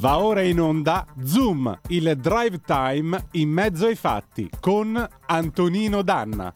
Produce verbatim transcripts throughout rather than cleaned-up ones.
Va ora in onda Zoom, il drive time in mezzo ai fatti con Antonino Danna.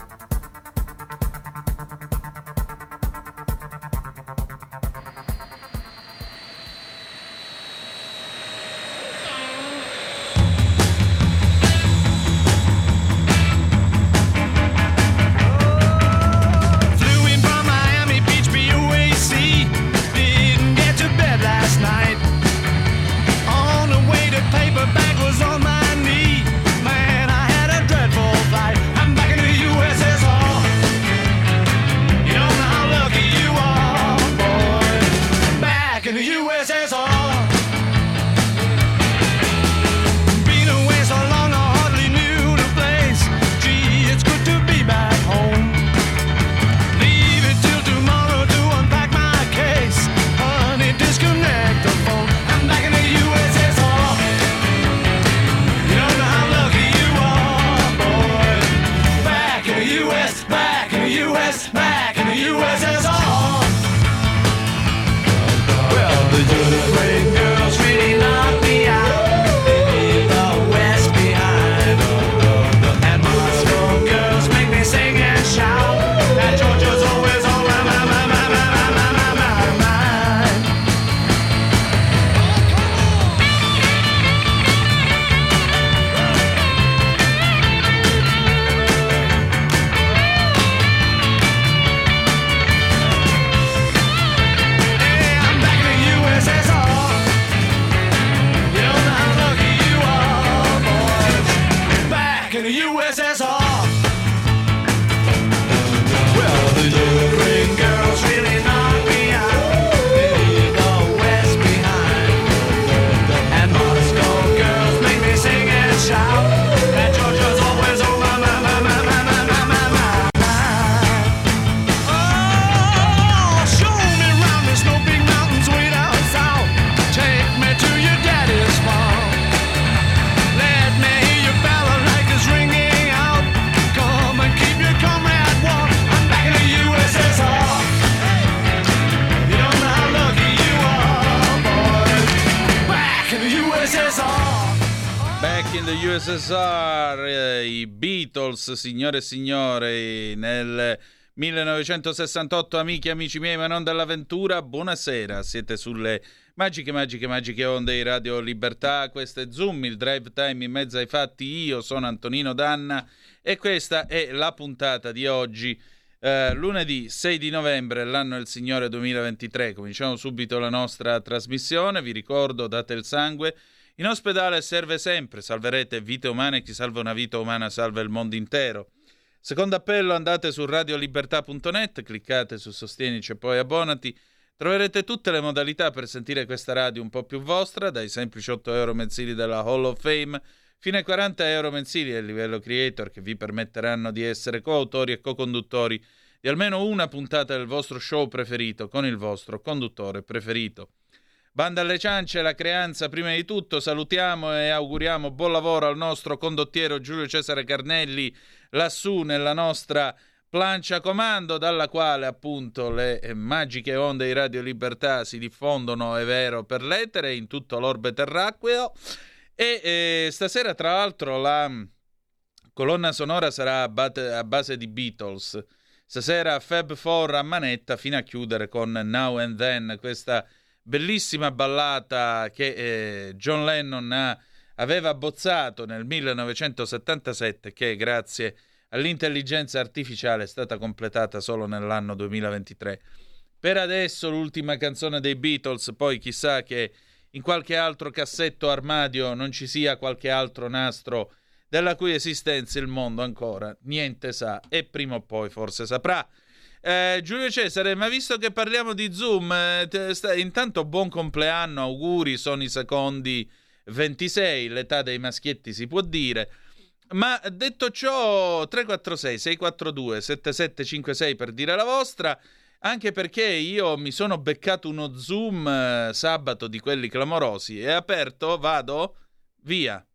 U S S R, eh, i Beatles, signore e signori, nel millenovecentosessantotto. Amiche e amici miei, ma non dell'avventura, buonasera, siete sulle magiche, magiche, magiche onde di Radio Libertà. Questo è Zoom, il drive time in mezzo ai fatti. Io sono Antonino Danna e questa è la puntata di oggi, eh, lunedì sei di novembre, l'anno del Signore duemilaventitré. Cominciamo subito la nostra trasmissione. Vi ricordo, date il sangue. In ospedale serve sempre, salverete vite umane, chi salva una vita umana salva il mondo intero. Secondo appello, andate su radiolibertà punto net, cliccate su Sostienici e poi abbonati, troverete tutte le modalità per sentire questa radio un po' più vostra, dai semplici otto euro mensili della Hall of Fame fino ai quaranta euro mensili del livello creator, che vi permetteranno di essere coautori e co-conduttori di almeno una puntata del vostro show preferito con il vostro conduttore preferito. Banda alle ciance, la creanza prima di tutto. Salutiamo e auguriamo buon lavoro al nostro condottiero Giulio Cesare Carnelli lassù nella nostra plancia comando, dalla quale appunto le magiche onde di Radio Libertà si diffondono, è vero, per l'etere in tutto l'orbe terracqueo. E eh, stasera tra l'altro la colonna sonora sarà a, bate, a base di Beatles. Stasera Fab Four a manetta fino a chiudere con Now and Then, questa bellissima ballata che eh, John Lennon ha, aveva abbozzato nel millenovecentosettantasette, che grazie all'intelligenza artificiale è stata completata solo nell'anno duemilaventitré. Per adesso l'ultima canzone dei Beatles, poi chissà che in qualche altro cassetto armadio non ci sia qualche altro nastro della cui esistenza il mondo ancora niente sa e prima o poi forse saprà. Eh, Giulio Cesare, ma visto che parliamo di Zoom, eh, te, sta, intanto buon compleanno, auguri, sono i secondi ventisei, l'età dei maschietti si può dire. Ma detto ciò, tre quattro sei sei quattro due sette sette cinque sei per dire la vostra, anche perché io mi sono beccato uno Zoom eh, sabato di quelli clamorosi. È aperto? Vado? Via.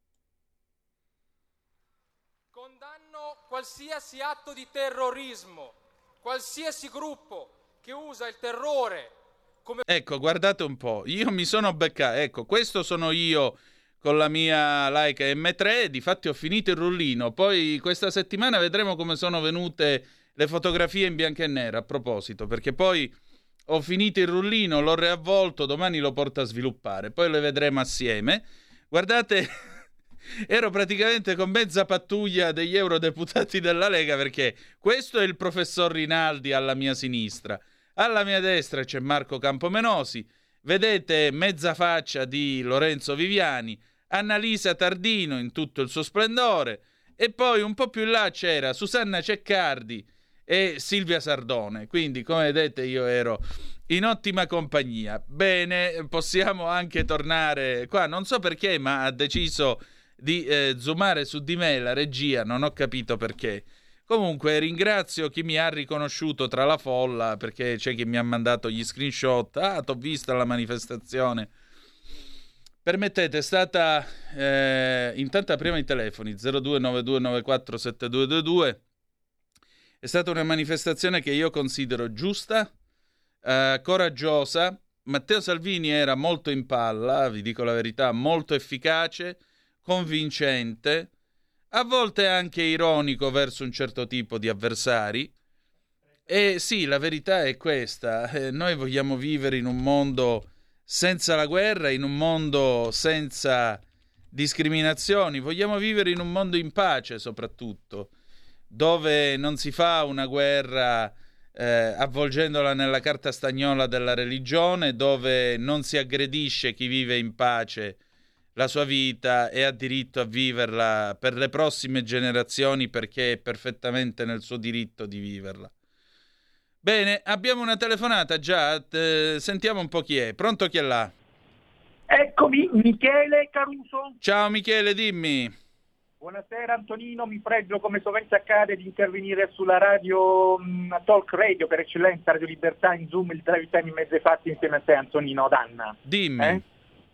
Condanno qualsiasi atto di terrorismo, qualsiasi gruppo che usa il terrore come... Ecco, guardate un po', io mi sono beccato, ecco, questo sono io con la mia Leica emme tre, difatti ho finito il rullino, poi questa settimana vedremo come sono venute le fotografie in bianco e nero, a proposito, perché poi ho finito il rullino, l'ho riavvolto, domani lo porto a sviluppare, poi le vedremo assieme. Guardate, ero praticamente con mezza pattuglia degli eurodeputati della Lega, perché questo è il professor Rinaldi alla mia sinistra, alla mia destra c'è Marco Campomenosi, vedete mezza faccia di Lorenzo Viviani, Annalisa Tardino in tutto il suo splendore, e poi un po' più in là c'era Susanna Ceccardi e Silvia Sardone, quindi come vedete io ero in ottima compagnia. Bene, possiamo anche tornare qua, non so perché, ma ha deciso di eh, zoomare su di me la regia, non ho capito perché. Comunque ringrazio chi mi ha riconosciuto tra la folla, perché c'è chi mi ha mandato gli screenshot. Ah, t'ho vista la manifestazione. Permettete, è stata eh, intanto apriamo i telefoni zero due nove due nove quattro sette due due due. È stata una manifestazione che io considero giusta, eh, coraggiosa. Matteo Salvini era molto in palla, vi dico la verità, molto efficace, convincente, a volte anche ironico verso un certo tipo di avversari. E sì, la verità è questa, eh, noi vogliamo vivere in un mondo senza la guerra, in un mondo senza discriminazioni, vogliamo vivere in un mondo in pace soprattutto, dove non si fa una guerra eh, avvolgendola nella carta stagnola della religione, dove non si aggredisce chi vive in pace la sua vita e ha diritto a viverla per le prossime generazioni, perché è perfettamente nel suo diritto di viverla. Bene, abbiamo una telefonata già, eh, sentiamo un po' chi è. Pronto, chi è là? Eccomi, Michele Caruso. Ciao Michele, dimmi. Buonasera Antonino, mi pregio come sovente accade di intervenire sulla radio mh, Talk Radio per eccellenza, Radio Libertà in Zoom, il drive time in mezzo ai fatti insieme a te Antonino Danna. Dimmi. Eh?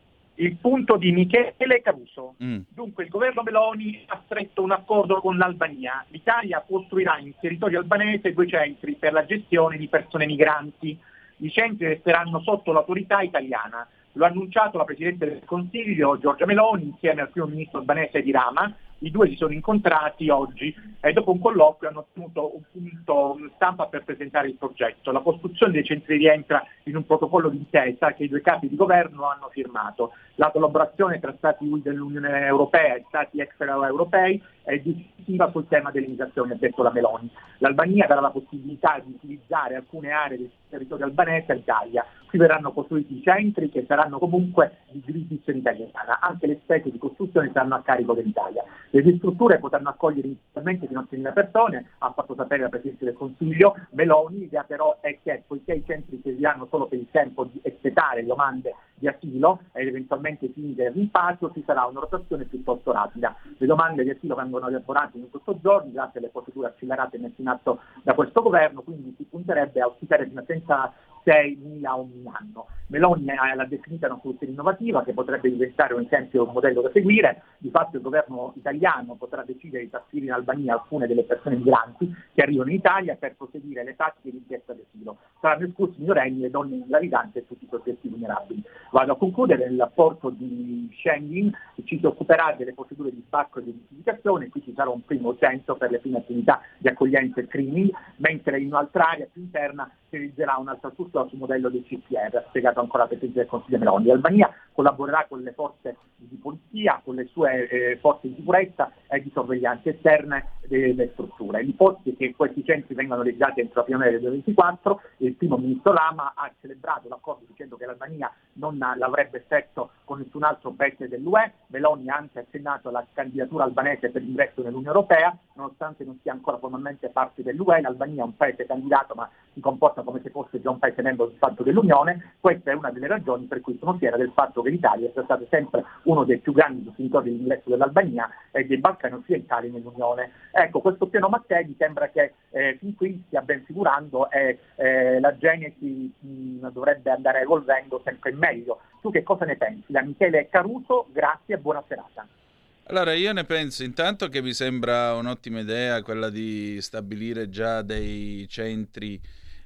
Il punto di Michele Caruso. Mm. Dunque il governo Meloni ha stretto un accordo con l'Albania. L'Italia costruirà in territorio albanese due centri per la gestione di persone migranti. I centri resteranno sotto l'autorità italiana. Lo ha annunciato la Presidente del Consiglio Giorgia Meloni insieme al primo ministro albanese Edi Rama. I due si sono incontrati oggi e dopo un colloquio hanno ottenuto un punto stampa per presentare il progetto. La costruzione dei centri rientra in un protocollo d'intesa che i due capi di governo hanno firmato. La collaborazione tra Stati dell'Unione Europea e Stati extraeuropei è decisiva sul tema dell'immigrazione, ha detto la Meloni. L'Albania darà la possibilità di utilizzare alcune aree del territorio albanese all'Italia. Qui verranno costruiti i centri che saranno comunque di giurisdizione italiana. Anche le spese di costruzione saranno a carico dell'Italia. Le due strutture potranno accogliere inizialmente fino a ottomila persone, ha fatto sapere la Presidente del Consiglio Meloni. L'idea però è che poiché i centri serviranno solo per il tempo di espletare le domande di asilo ed eventualmente finire il rimpatrio, ci sarà una rotazione piuttosto rapida. Le domande di asilo vengono elaborate in otto giorni grazie alle procedure accelerate messe in atto da questo governo, quindi si punterebbe a ospitare fino a trentaseimila ogni anno. Meloni l'ha definita una soluzione innovativa che potrebbe diventare un esempio, un modello da seguire. Di fatto il governo italiano potrà decidere di trasferire in Albania alcune delle persone migranti che arrivano in Italia per proseguire le pratiche di richiesta d'asilo. Saranno esclusi i minorenni, le donne in gravidanza e tutti i soggetti vulnerabili. Vado a concludere. Nel rapporto di Schengen ci si occuperà delle procedure di sbarco e di identificazione. Qui ci sarà un primo centro per le prime attività di accoglienza e screening, mentre in un'altra area più interna si realizzerà un'altra struttura sul modello del C P R, ha spiegato ancora la Presidente del Consiglio Meloni. L'Albania collaborerà con le forze di polizia, con le sue eh, forze di sicurezza e di sorveglianza esterne delle strutture. L'ipotesi è che questi centri vengano realizzati entro la primavera del duemilaventiquattro. Il primo ministro Lama ha celebrato l'accordo dicendo che l'Albania non l'avrebbe stretto con nessun altro paese dell'U E. Meloni ha anche accennato alla candidatura albanese per l'ingresso nell'Unione Europea, nonostante non sia ancora formalmente parte dell'U E. L'Albania è un paese candidato ma si comporta come se fosse già un paese membro del fatto dell'Unione. Questa è una delle ragioni per cui sono fiera del fatto che l'Italia sia stato sempre uno dei più grandi sostenitori dell'ingresso dell'Albania e dei Balcani occidentali nell'Unione. Ecco, questo piano Mattei mi sembra che eh, fin qui stia ben figurando e eh, la genesi mh, dovrebbe andare evolvendo sempre in meglio. Tu che cosa ne pensi? Da Michele Caruso, grazie e buona serata. Allora, io ne penso intanto che mi sembra un'ottima idea quella di stabilire già dei centri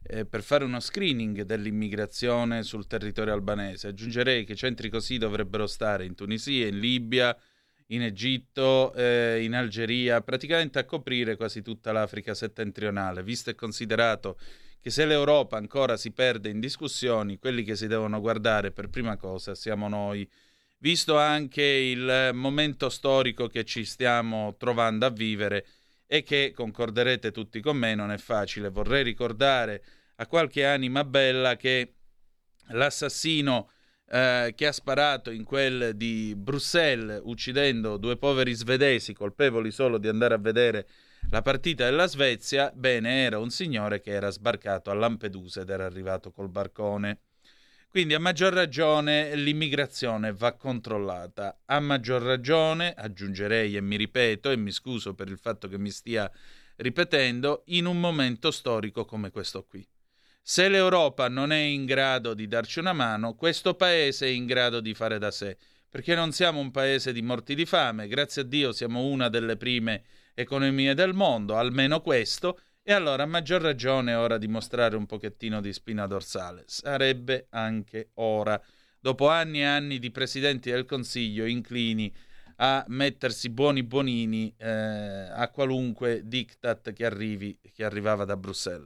eh, per fare uno screening dell'immigrazione sul territorio albanese. Aggiungerei che centri così dovrebbero stare in Tunisia, in Libia, in Egitto, eh, in Algeria, praticamente a coprire quasi tutta l'Africa settentrionale, visto e considerato che se l'Europa ancora si perde in discussioni, quelli che si devono guardare per prima cosa siamo noi, visto anche il momento storico che ci stiamo trovando a vivere e che, concorderete tutti con me, non è facile. Vorrei ricordare a qualche anima bella che l'assassino eh, che ha sparato in quel di Bruxelles, uccidendo due poveri svedesi colpevoli solo di andare a vedere la partita della Svezia, bene, era un signore che era sbarcato a Lampedusa ed era arrivato col barcone. Quindi a maggior ragione l'immigrazione va controllata, a maggior ragione, aggiungerei e mi ripeto e mi scuso per il fatto che mi stia ripetendo, in un momento storico come questo qui. Se l'Europa non è in grado di darci una mano, questo paese è in grado di fare da sé, perché non siamo un paese di morti di fame, grazie a Dio siamo una delle prime economie del mondo, almeno questo, e allora a maggior ragione è ora di mostrare un pochettino di spina dorsale. Sarebbe anche ora, dopo anni e anni di presidenti del Consiglio inclini a mettersi buoni buonini eh, a qualunque diktat che arrivi, che arrivava da Bruxelles.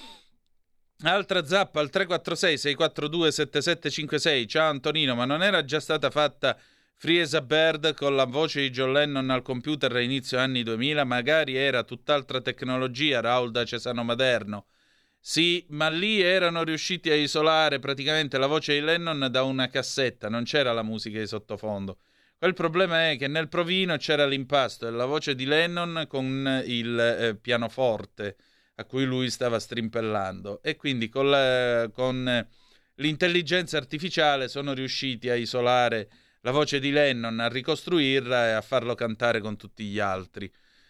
Altra zappa al tre quattro sei sei quattro due sette sette cinque sei. Ciao Antonino, ma non era già stata fatta Free as a Bird con la voce di John Lennon al computer a inizio anni duemila? Magari era tutt'altra tecnologia, Raul da Cesano Maderno. Sì, ma lì erano riusciti a isolare praticamente la voce di Lennon da una cassetta, non c'era la musica di sottofondo. Quel problema è che nel provino c'era l'impasto della voce di Lennon con il eh, pianoforte a cui lui stava strimpellando, e quindi con, la, con l'intelligenza artificiale sono riusciti a isolare la voce di Lennon, a ricostruirla e a farlo cantare con tutti gli altri.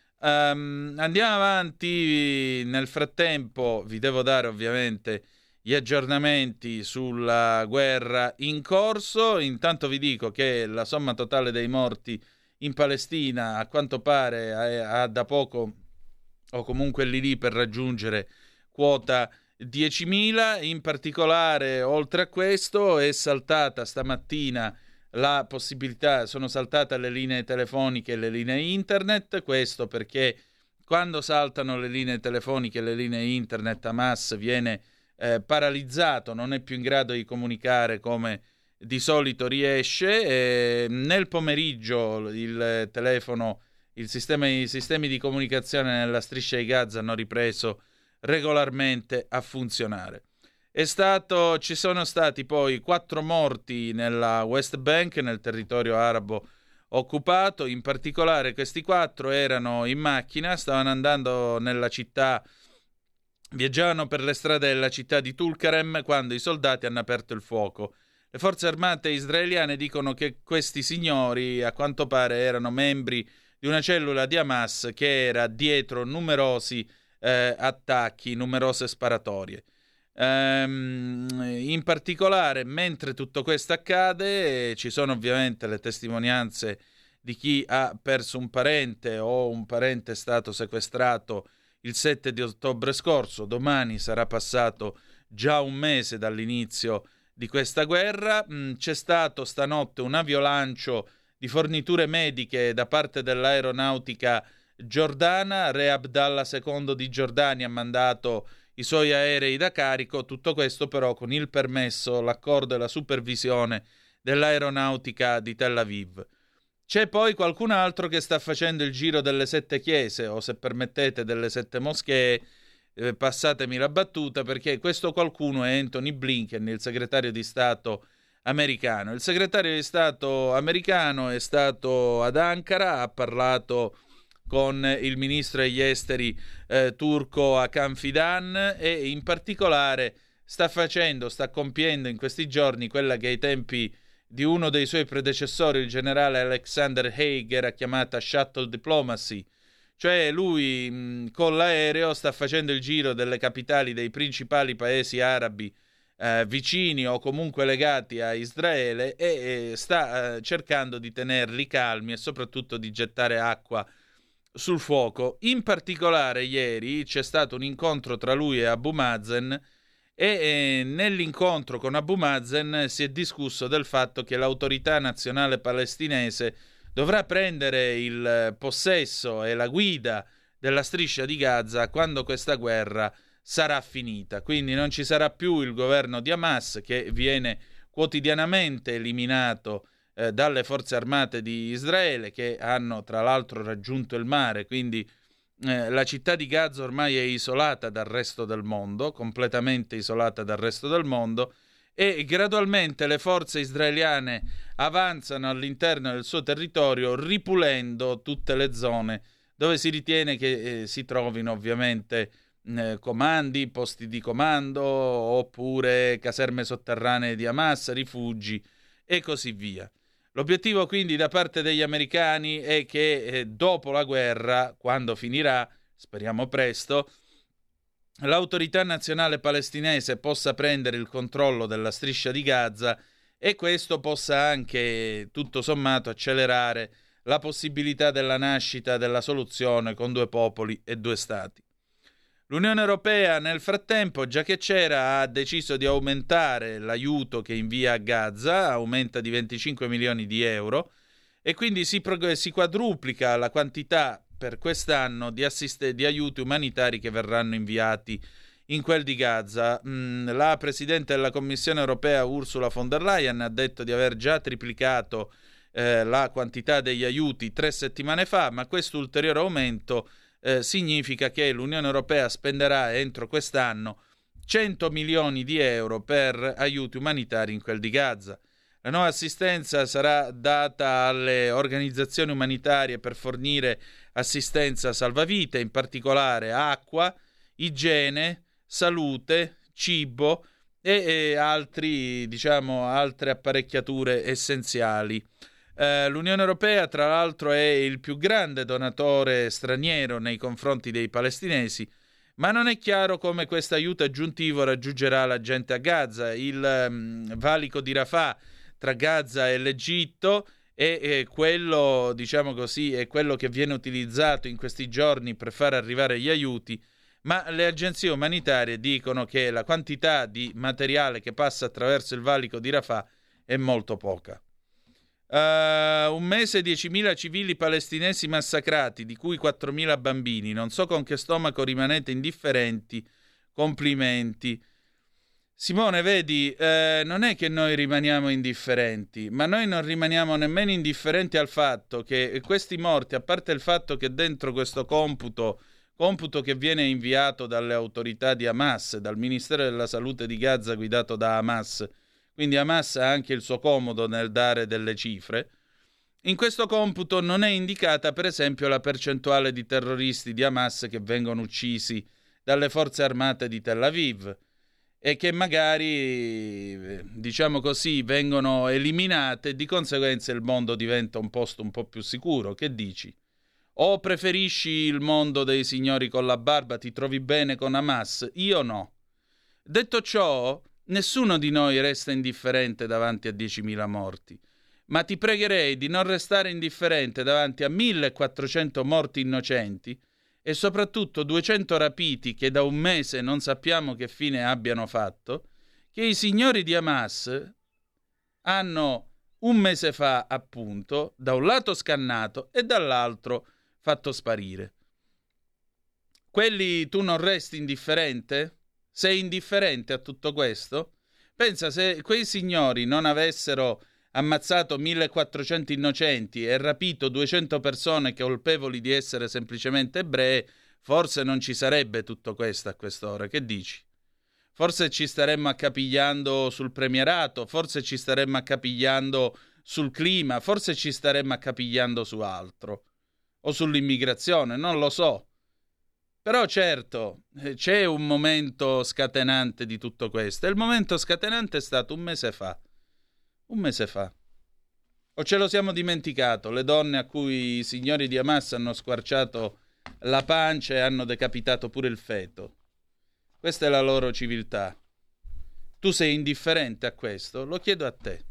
Um, andiamo avanti. Nel frattempo vi devo dare ovviamente gli aggiornamenti sulla guerra in corso. Intanto vi dico che la somma totale dei morti in Palestina a quanto pare ha, ha da poco, o comunque lì lì per raggiungere quota diecimila. In particolare, oltre a questo, è saltata stamattina la possibilità, sono saltate le linee telefoniche e le linee internet. Questo perché quando saltano le linee telefoniche e le linee internet, Hamas viene eh, paralizzato, non è più in grado di comunicare come di solito riesce. E nel pomeriggio il telefono, il sistema, i sistemi di comunicazione nella striscia di Gaza hanno ripreso regolarmente a funzionare. È stato, ci sono stati poi quattro morti nella West Bank, nel territorio arabo occupato. In particolare questi quattro erano in macchina, stavano andando nella città, viaggiavano per le strade della città di Tulkarem quando i soldati hanno aperto il fuoco. Le forze armate israeliane dicono che questi signori a quanto pare erano membri di una cellula di Hamas che era dietro numerosi eh, attacchi, numerose sparatorie. Um, in particolare, mentre tutto questo accade, ci sono ovviamente le testimonianze di chi ha perso un parente o un parente è stato sequestrato il sette di ottobre scorso. Domani sarà passato già un mese dall'inizio di questa guerra. Mm, c'è stato stanotte un aviolancio di forniture mediche da parte dell'aeronautica giordana. Re Abdallah secondo di Giordania ha mandato i suoi aerei da carico, tutto questo però con il permesso, l'accordo e la supervisione dell'aeronautica di Tel Aviv. C'è poi qualcun altro che sta facendo il giro delle sette chiese, o se permettete delle sette moschee, eh, passatemi la battuta, perché questo qualcuno è Anthony Blinken, il segretario di Stato americano. Il segretario di Stato americano è stato ad Ankara, ha parlato con il ministro degli esteri eh, turco Hakan Fidan, e in particolare sta facendo, sta compiendo in questi giorni quella che ai tempi di uno dei suoi predecessori, il generale Alexander Haig, era chiamata shuttle diplomacy, cioè lui mh, con l'aereo sta facendo il giro delle capitali dei principali paesi arabi eh, vicini o comunque legati a Israele e, e sta eh, cercando di tenerli calmi e soprattutto di gettare acqua sul fuoco. In particolare ieri c'è stato un incontro tra lui e Abu Mazen e eh, nell'incontro con Abu Mazen si è discusso del fatto che l'autorità nazionale palestinese dovrà prendere il possesso e la guida della striscia di Gaza quando questa guerra sarà finita. Quindi non ci sarà più il governo di Hamas, che viene quotidianamente eliminato eh, dalle forze armate di Israele, che hanno tra l'altro raggiunto il mare, quindi eh, la città di Gaza ormai è isolata dal resto del mondo, completamente isolata dal resto del mondo, e gradualmente le forze israeliane avanzano all'interno del suo territorio, ripulendo tutte le zone dove si ritiene che eh, si trovino ovviamente eh, comandi, posti di comando, oppure caserme sotterranee di Hamas, rifugi e così via. L'obiettivo quindi da parte degli americani è che eh, dopo la guerra, quando finirà, speriamo presto, l'autorità nazionale palestinese possa prendere il controllo della striscia di Gaza e questo possa anche, tutto sommato, accelerare la possibilità della nascita della soluzione con due popoli e due stati. L'Unione Europea nel frattempo, già che c'era, ha deciso di aumentare l'aiuto che invia a Gaza, aumenta di venticinque milioni di euro e quindi si, prog- si quadruplica la quantità per quest'anno di, assist- di aiuti umanitari che verranno inviati in quel di Gaza. Mm, la Presidente della Commissione Europea Ursula von der Leyen ha detto di aver già triplicato eh, la quantità degli aiuti tre settimane fa, ma questo ulteriore aumento eh, significa che l'Unione Europea spenderà entro quest'anno cento milioni di euro per aiuti umanitari in quel di Gaza. La nuova assistenza sarà data alle organizzazioni umanitarie per fornire assistenza salvavite, in particolare acqua, igiene, salute, cibo e, e altri, diciamo, altre apparecchiature essenziali. Eh, L'Unione Europea, tra l'altro, è il più grande donatore straniero nei confronti dei palestinesi, ma non è chiaro come questo aiuto aggiuntivo raggiungerà la gente a Gaza. Il um, valico di Rafah tra Gaza e l'Egitto è, è quello, diciamo così, è quello che viene utilizzato in questi giorni per far arrivare gli aiuti, ma le agenzie umanitarie dicono che la quantità di materiale che passa attraverso il valico di Rafah è molto poca. Uh, un mese, diecimila civili palestinesi massacrati, di cui quattromila bambini. Non so con che stomaco rimanete indifferenti. Complimenti. Simone, vedi, eh, non è che noi rimaniamo indifferenti, ma noi non rimaniamo nemmeno indifferenti al fatto che questi morti, a parte il fatto che dentro questo computo, computo che viene inviato dalle autorità di Hamas, dal Ministero della Salute di Gaza guidato da Hamas, quindi Hamas ha anche il suo comodo nel dare delle cifre, in questo computo non è indicata per esempio la percentuale di terroristi di Hamas che vengono uccisi dalle forze armate di Tel Aviv e che magari, diciamo così, vengono eliminate e di conseguenza il mondo diventa un posto un po' più sicuro. Che dici? O preferisci il mondo dei signori con la barba, ti trovi bene con Hamas? Io no. Detto ciò, nessuno di noi resta indifferente davanti a diecimila morti, ma ti pregherei di non restare indifferente davanti a millequattrocento morti innocenti e soprattutto duecento rapiti che da un mese non sappiamo che fine abbiano fatto, che i signori di Hamas hanno un mese fa, appunto, da un lato scannato e dall'altro fatto sparire. Quelli tu non resti indifferente? Sei indifferente a tutto questo? Pensa, se quei signori non avessero ammazzato millequattrocento innocenti e rapito duecento persone colpevoli di essere semplicemente ebrei, forse non ci sarebbe tutto questo a quest'ora. Che dici? Forse ci staremmo accapigliando sul premierato, forse ci staremmo accapigliando sul clima, forse ci staremmo accapigliando su altro, o sull'immigrazione, non lo so. Però certo, c'è un momento scatenante di tutto questo, e il momento scatenante è stato un mese fa. Un mese fa. O ce lo siamo dimenticato, le donne a cui i signori di Hamas hanno squarciato la pancia e hanno decapitato pure il feto. Questa è la loro civiltà. Tu sei indifferente a questo? Lo chiedo a te.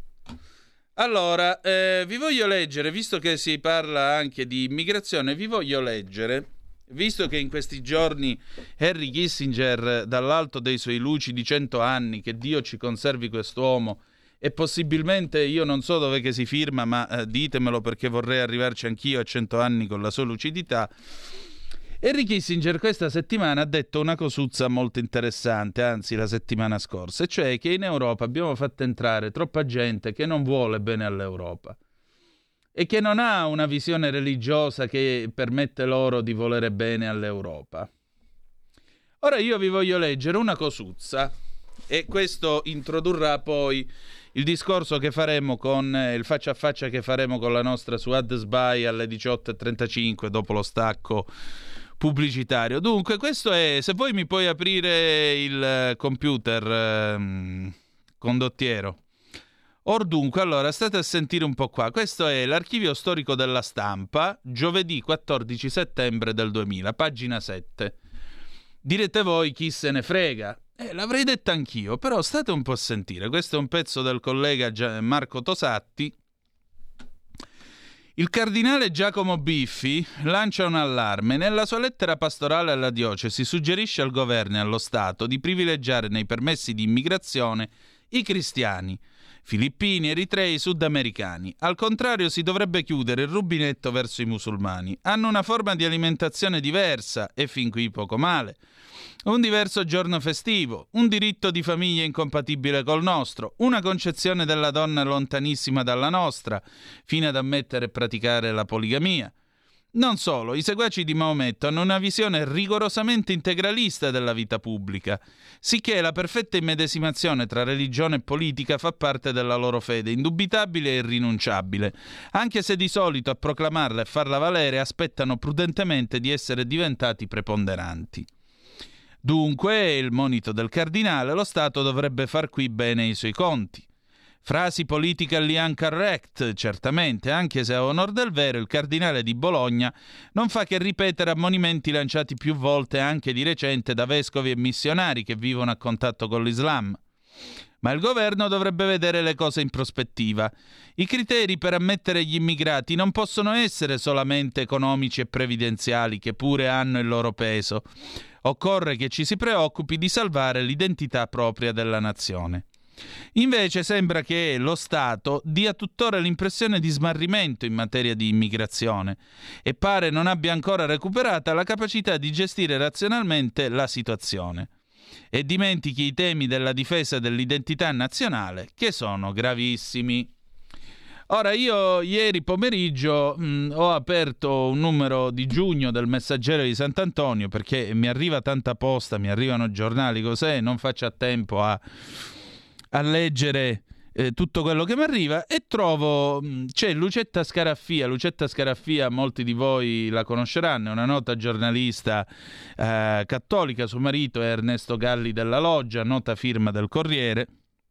Allora, eh, vi voglio leggere, visto che si parla anche di immigrazione, vi voglio leggere visto che in questi giorni Henry Kissinger, dall'alto dei suoi lucidi cento anni, che Dio ci conservi quest'uomo, e possibilmente io non so dove che si firma, ma eh, ditemelo perché vorrei arrivarci anch'io a cento anni con la sua lucidità. Henry Kissinger questa settimana ha detto una cosuzza molto interessante, anzi la settimana scorsa, e cioè che in Europa abbiamo fatto entrare troppa gente che non vuole bene all'Europa e che non ha una visione religiosa che permette loro di volere bene all'Europa. Ora io vi voglio leggere una cosuzza e questo introdurrà poi il discorso che faremo con eh, il faccia a faccia che faremo con la nostra su AdSby alle diciotto e trentacinque dopo lo stacco pubblicitario. Dunque, questo è, se voi mi puoi aprire il computer ehm, condottiero. Or dunque, allora, state a sentire un po' qua. Questo è l'archivio storico della Stampa, giovedì quattordici settembre del duemila, pagina sette. Direte voi chi se ne frega? Eh, l'avrei detto anch'io, però state un po' a sentire. Questo è un pezzo del collega Marco Tosatti. Il cardinale Giacomo Biffi lancia un allarme. Nella sua lettera pastorale alla diocesi suggerisce al governo e allo Stato di privilegiare nei permessi di immigrazione i cristiani, filippini, eritrei, sudamericani. Al contrario si dovrebbe chiudere il rubinetto verso i musulmani. Hanno una forma di alimentazione diversa e fin qui poco male. Un diverso giorno festivo, un diritto di famiglia incompatibile col nostro, una concezione della donna lontanissima dalla nostra, fino ad ammettere e praticare la poligamia. Non solo, i seguaci di Maometto hanno una visione rigorosamente integralista della vita pubblica, sicché la perfetta immedesimazione tra religione e politica fa parte della loro fede, indubitabile e irrinunciabile, anche se di solito a proclamarla e farla valere aspettano prudentemente di essere diventati preponderanti. Dunque, il monito del cardinale, lo Stato dovrebbe far qui bene i suoi conti. Frasi politically incorrect, certamente, anche se a onor del vero il cardinale di Bologna non fa che ripetere ammonimenti lanciati più volte anche di recente da vescovi e missionari che vivono a contatto con l'Islam. Ma il governo dovrebbe vedere le cose in prospettiva. I criteri per ammettere gli immigrati non possono essere solamente economici e previdenziali, che pure hanno il loro peso. Occorre che ci si preoccupi di salvare l'identità propria della nazione. Invece sembra che lo Stato dia tuttora l'impressione di smarrimento in materia di immigrazione e pare non abbia ancora recuperata la capacità di gestire razionalmente la situazione. E dimentichi i temi della difesa dell'identità nazionale, che sono gravissimi. Ora, io ieri pomeriggio mh, ho aperto un numero di giugno del Messaggero di Sant'Antonio perché mi arriva tanta posta, mi arrivano giornali, cos'è, non faccio a tempo a, a leggere eh, tutto quello che mi arriva e trovo, mh, c'è Lucetta Scaraffia, Lucetta Scaraffia molti di voi la conosceranno, è una nota giornalista eh, cattolica, suo marito è Ernesto Galli della Loggia, nota firma del Corriere.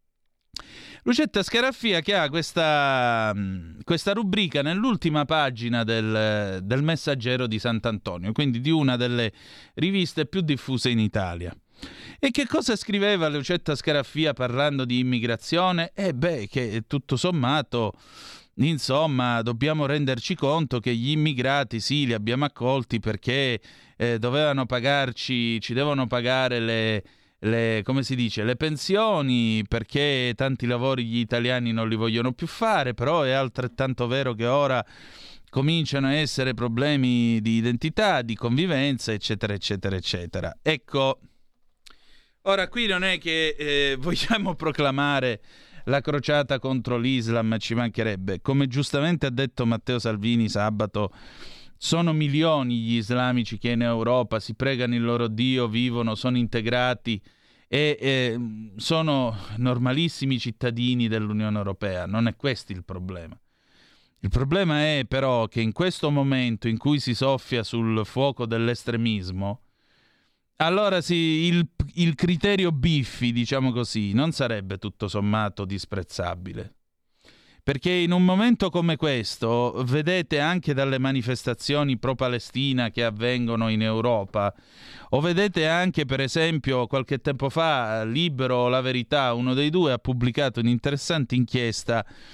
Lucetta Scaraffia che ha questa, questa rubrica nell'ultima pagina del, del Messaggero di Sant'Antonio, quindi di una delle riviste più diffuse in Italia. E che cosa scriveva Lucetta Scaraffia parlando di immigrazione? Eh beh, che tutto sommato, insomma, dobbiamo renderci conto che gli immigrati sì, li abbiamo accolti perché eh, dovevano pagarci, ci devono pagare le... Le, come si dice, le pensioni, perché tanti lavori gli italiani non li vogliono più fare, però è altrettanto vero che ora cominciano a essere problemi di identità, di convivenza, eccetera, eccetera, eccetera. Ecco, ora qui non è che eh, vogliamo proclamare la crociata contro l'Islam, ci mancherebbe. Come giustamente ha detto Matteo Salvini sabato, sono milioni gli islamici che in Europa si pregano il loro Dio, vivono, sono integrati e eh, sono normalissimi cittadini dell'Unione Europea. Non è questo il problema. Il problema è però che in questo momento in cui si soffia sul fuoco dell'estremismo, allora sì, il, il criterio Biffi, diciamo così, non sarebbe tutto sommato disprezzabile. Perché in un momento come questo, vedete anche dalle manifestazioni pro-Palestina che avvengono in Europa, o vedete anche, per esempio, qualche tempo fa, Libero o La Verità, uno dei due, ha pubblicato un'interessante inchiesta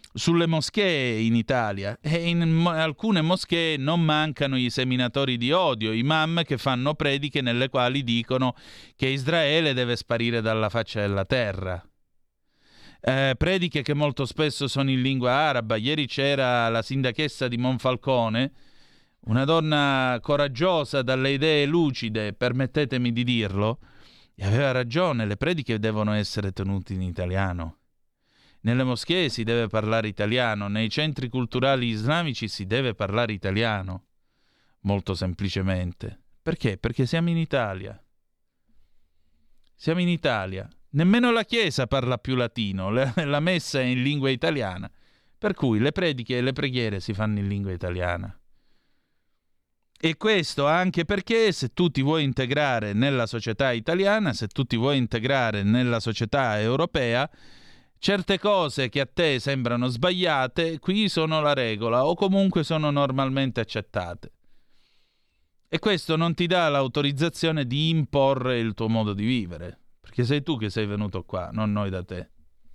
sulle moschee in Italia, e in mo- alcune moschee non mancano i seminatori di odio, i imam che fanno prediche nelle quali dicono che Israele deve sparire dalla faccia della terra. Eh, prediche che molto spesso sono in lingua araba. Ieri c'era la sindachessa di Monfalcone, una donna coraggiosa, dalle idee lucide, permettetemi di dirlo, e aveva ragione, le prediche devono essere tenute in italiano. Nelle moschee si deve parlare italiano, nei centri culturali islamici si deve parlare italiano, molto semplicemente. Perché? Perché siamo in Italia. Siamo in Italia. Nemmeno la Chiesa parla più latino, la messa è in lingua italiana, per cui le prediche e le preghiere si fanno in lingua italiana. E questo anche perché se tu ti vuoi integrare nella società italiana, se tu ti vuoi integrare nella società europea, certe cose che a te sembrano sbagliate, qui sono la regola o comunque sono normalmente accettate. E questo non ti dà l'autorizzazione di imporre il tuo modo di vivere. Perché sei tu che sei venuto qua, non noi da te.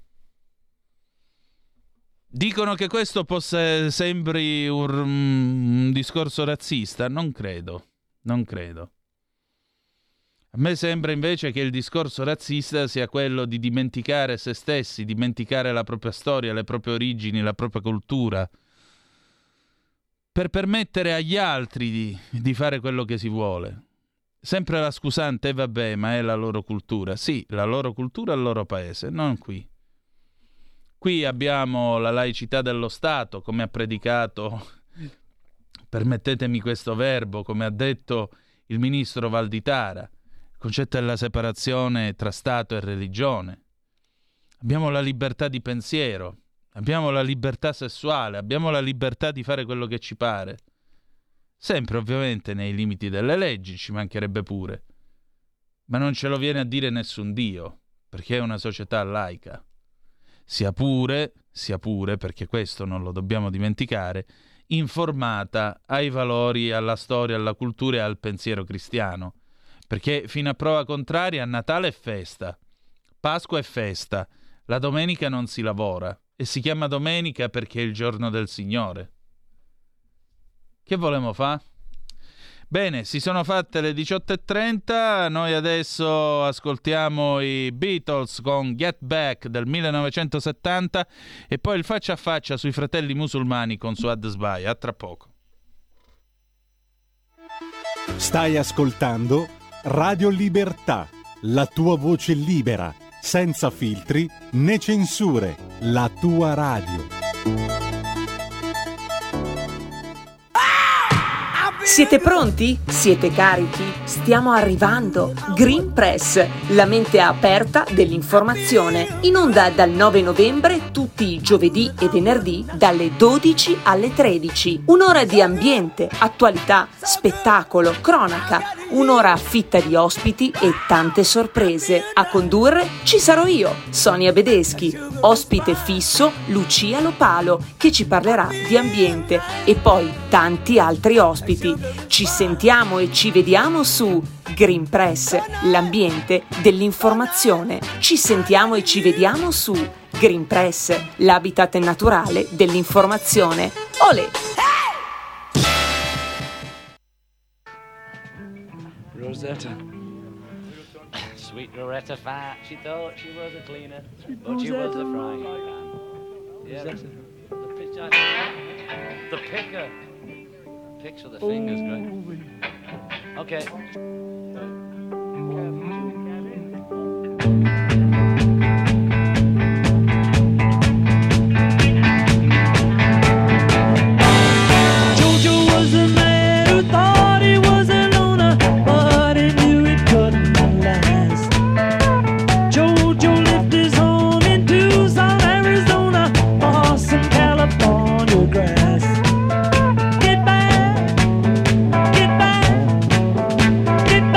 Dicono che questo possa sembri un, un discorso razzista. Non credo, non credo. A me sembra invece che il discorso razzista sia quello di dimenticare se stessi, dimenticare la propria storia, le proprie origini, la propria cultura, per permettere agli altri di, di fare quello che si vuole. Sempre la scusante, eh, vabbè, ma è la loro cultura. Sì, la loro cultura è il loro paese, non qui. Qui abbiamo la laicità dello Stato, come ha predicato, permettetemi questo verbo, come ha detto il ministro Valditara, il concetto della separazione tra Stato e religione. Abbiamo la libertà di pensiero, abbiamo la libertà sessuale, abbiamo la libertà di fare quello che ci pare. Sempre ovviamente nei limiti delle leggi, ci mancherebbe pure. Ma non ce lo viene a dire nessun Dio, perché è una società laica. Sia pure, sia pure, perché questo non lo dobbiamo dimenticare, informata ai valori, alla storia, alla cultura e al pensiero cristiano. Perché fino a prova contraria Natale è festa, Pasqua è festa, la domenica non si lavora e si chiama domenica perché è il giorno del Signore. Che volemo fa? Bene, si sono fatte le diciotto e trenta, noi adesso ascoltiamo i Beatles con Get Back del millenovecentosettanta e poi il faccia a faccia sui fratelli musulmani con Suad Sbai. A tra poco. Stai ascoltando Radio Libertà, la tua voce libera, senza filtri né censure, la tua radio. Siete pronti? Siete carichi? Stiamo arrivando. Green Press, la mente aperta dell'informazione. In onda dal nove novembre, tutti i giovedì e venerdì, dalle dodici alle tredici. Un'ora di ambiente, attualità, spettacolo, cronaca. Un'ora fitta di ospiti e tante sorprese. A condurre ci sarò io, Sonia Bedeschi. Ospite fisso, Lucia Lopalo, che ci parlerà di ambiente. E poi tanti altri ospiti. Ci sentiamo e ci vediamo su Green Press, l'ambiente dell'informazione. Ci sentiamo e ci vediamo su Green Press, l'habitat naturale dell'informazione. Olè! Rosetta. Sweet Rosetta Fat. She thought she was a cleaner, but she was a frying pan. Yeah, the, the picture. The picker. Picks with the fingers, great. Okay. Jojo was a man who thought he was a loner, but he knew it couldn't last. Jojo lived his home in Tucson, Arizona, for some California grass. Get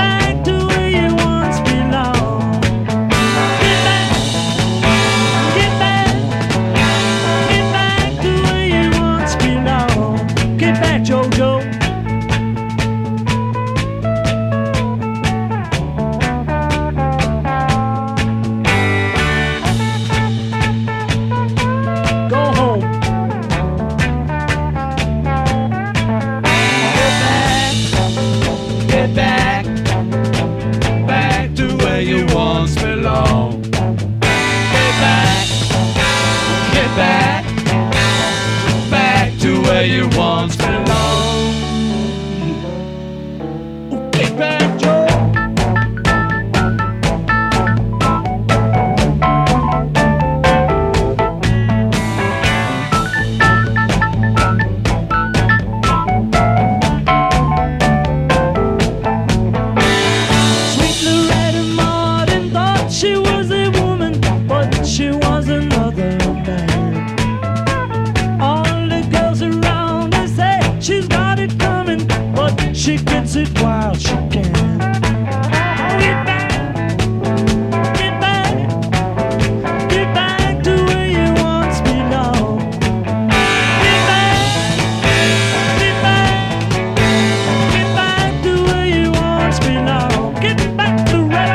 She gets it while she can. Get back, get back, get back to where you once belonged. Get back, get back, get back to where you once belonged. Get back to where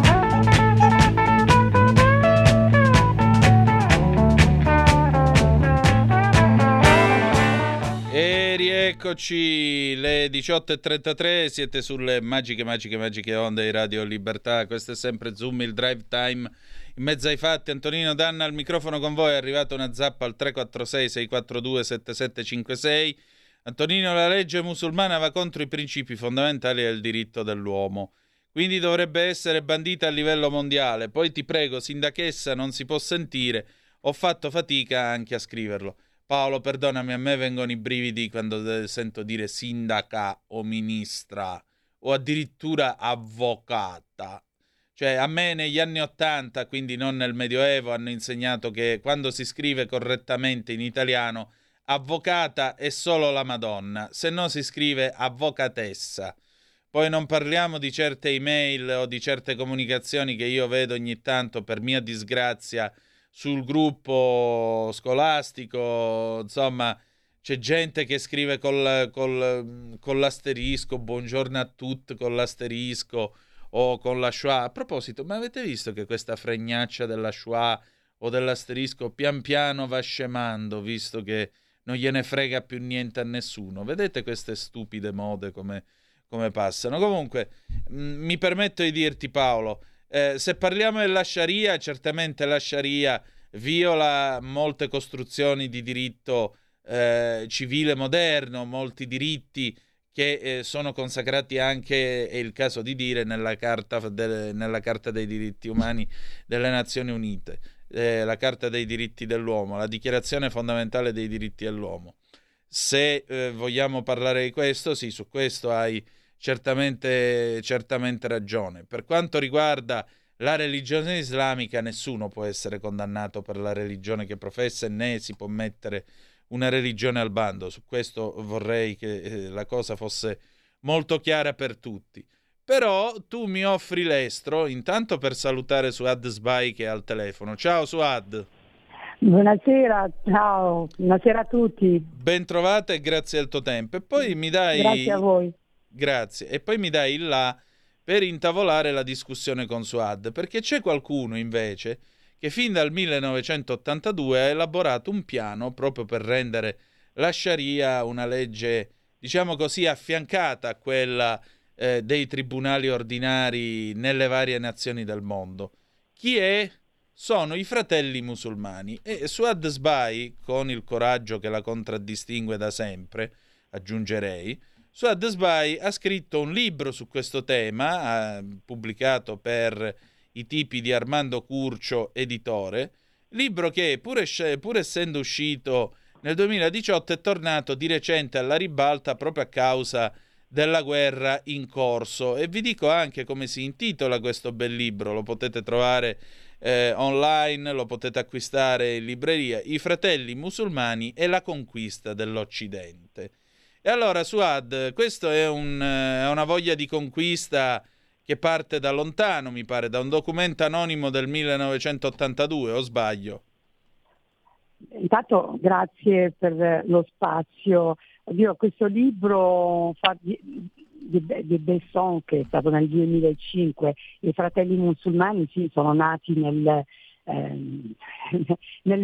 E rieccoci, le diciotto e trentatré, siete sulle magiche, magiche, magiche onde di Radio Libertà. Questo è sempre Zoom, il drive time in mezzo ai fatti. Antonino Danna al microfono con voi, è arrivata una zappa al tre quattro sei sei quattro due sette sette cinque sei. Antonino, la legge musulmana va contro i principi fondamentali del diritto dell'uomo, quindi dovrebbe essere bandita a livello mondiale. Poi ti prego, sindachessa, non si può sentire, ho fatto fatica anche a scriverlo. Paolo, perdonami, a me vengono i brividi quando sento dire sindaca o ministra o addirittura avvocata. Cioè, a me negli anni Ottanta, quindi non nel Medioevo, hanno insegnato che quando si scrive correttamente in italiano, avvocata è solo la Madonna, se no si scrive avvocatessa. Poi non parliamo di certe email o di certe comunicazioni che io vedo ogni tanto, per mia disgrazia, sul gruppo scolastico. Insomma, c'è gente che scrive col, col, con l'asterisco, buongiorno a tutti con l'asterisco, o con la schwa. A proposito, ma avete visto che questa fregnaccia della schwa o dell'asterisco pian piano va scemando, visto che non gliene frega più niente a nessuno? Vedete queste stupide mode come, come passano? Comunque, mh, mi permetto di dirti, Paolo, Eh, se parliamo della Sharia, certamente la Sharia viola molte costruzioni di diritto eh, civile moderno, molti diritti che eh, sono consacrati anche, è il caso di dire, nella Carta, de, nella Carta dei diritti umani delle Nazioni Unite, eh, la Carta dei diritti dell'uomo, la Dichiarazione fondamentale dei diritti dell'uomo. Se eh, vogliamo parlare di questo, sì, su questo hai certamente, certamente ragione. Per quanto riguarda la religione islamica, nessuno può essere condannato per la religione che professa, né si può mettere una religione al bando. Su questo vorrei che eh, la cosa fosse molto chiara per tutti. Però tu mi offri l'estro, intanto per salutare Suad Sbai che è al telefono. Ciao Suad. Buonasera, ciao, buonasera a tutti. Ben trovata e grazie al tuo tempo. E poi mi dai... Grazie a voi. Grazie. E poi mi dai il là per intavolare la discussione con Suad, perché c'è qualcuno invece che fin dal millenovecentottantadue ha elaborato un piano proprio per rendere la Sharia una legge, diciamo così, affiancata a quella eh, dei tribunali ordinari nelle varie nazioni del mondo. Chi è? Sono i fratelli musulmani. E Suad Sbai, con il coraggio che la contraddistingue da sempre, aggiungerei, Suad Sbai ha scritto un libro su questo tema, ha pubblicato per i tipi di Armando Curcio, editore, libro che pur, es- pur essendo uscito nel duemiladiciotto è tornato di recente alla ribalta proprio a causa della guerra in corso. E vi dico anche come si intitola questo bel libro, lo potete trovare eh, online, lo potete acquistare in libreria: I fratelli musulmani e la conquista dell'Occidente. E allora, Suad, questo è, un, è una voglia di conquista che parte da lontano, mi pare, da un documento anonimo del millenovecentottantadue, o sbaglio? Intanto grazie per lo spazio. Oddio, questo libro fa di, di, di Besson, che è stato nel duemilacinque, i fratelli musulmani, sì, sono nati nel, ehm, nel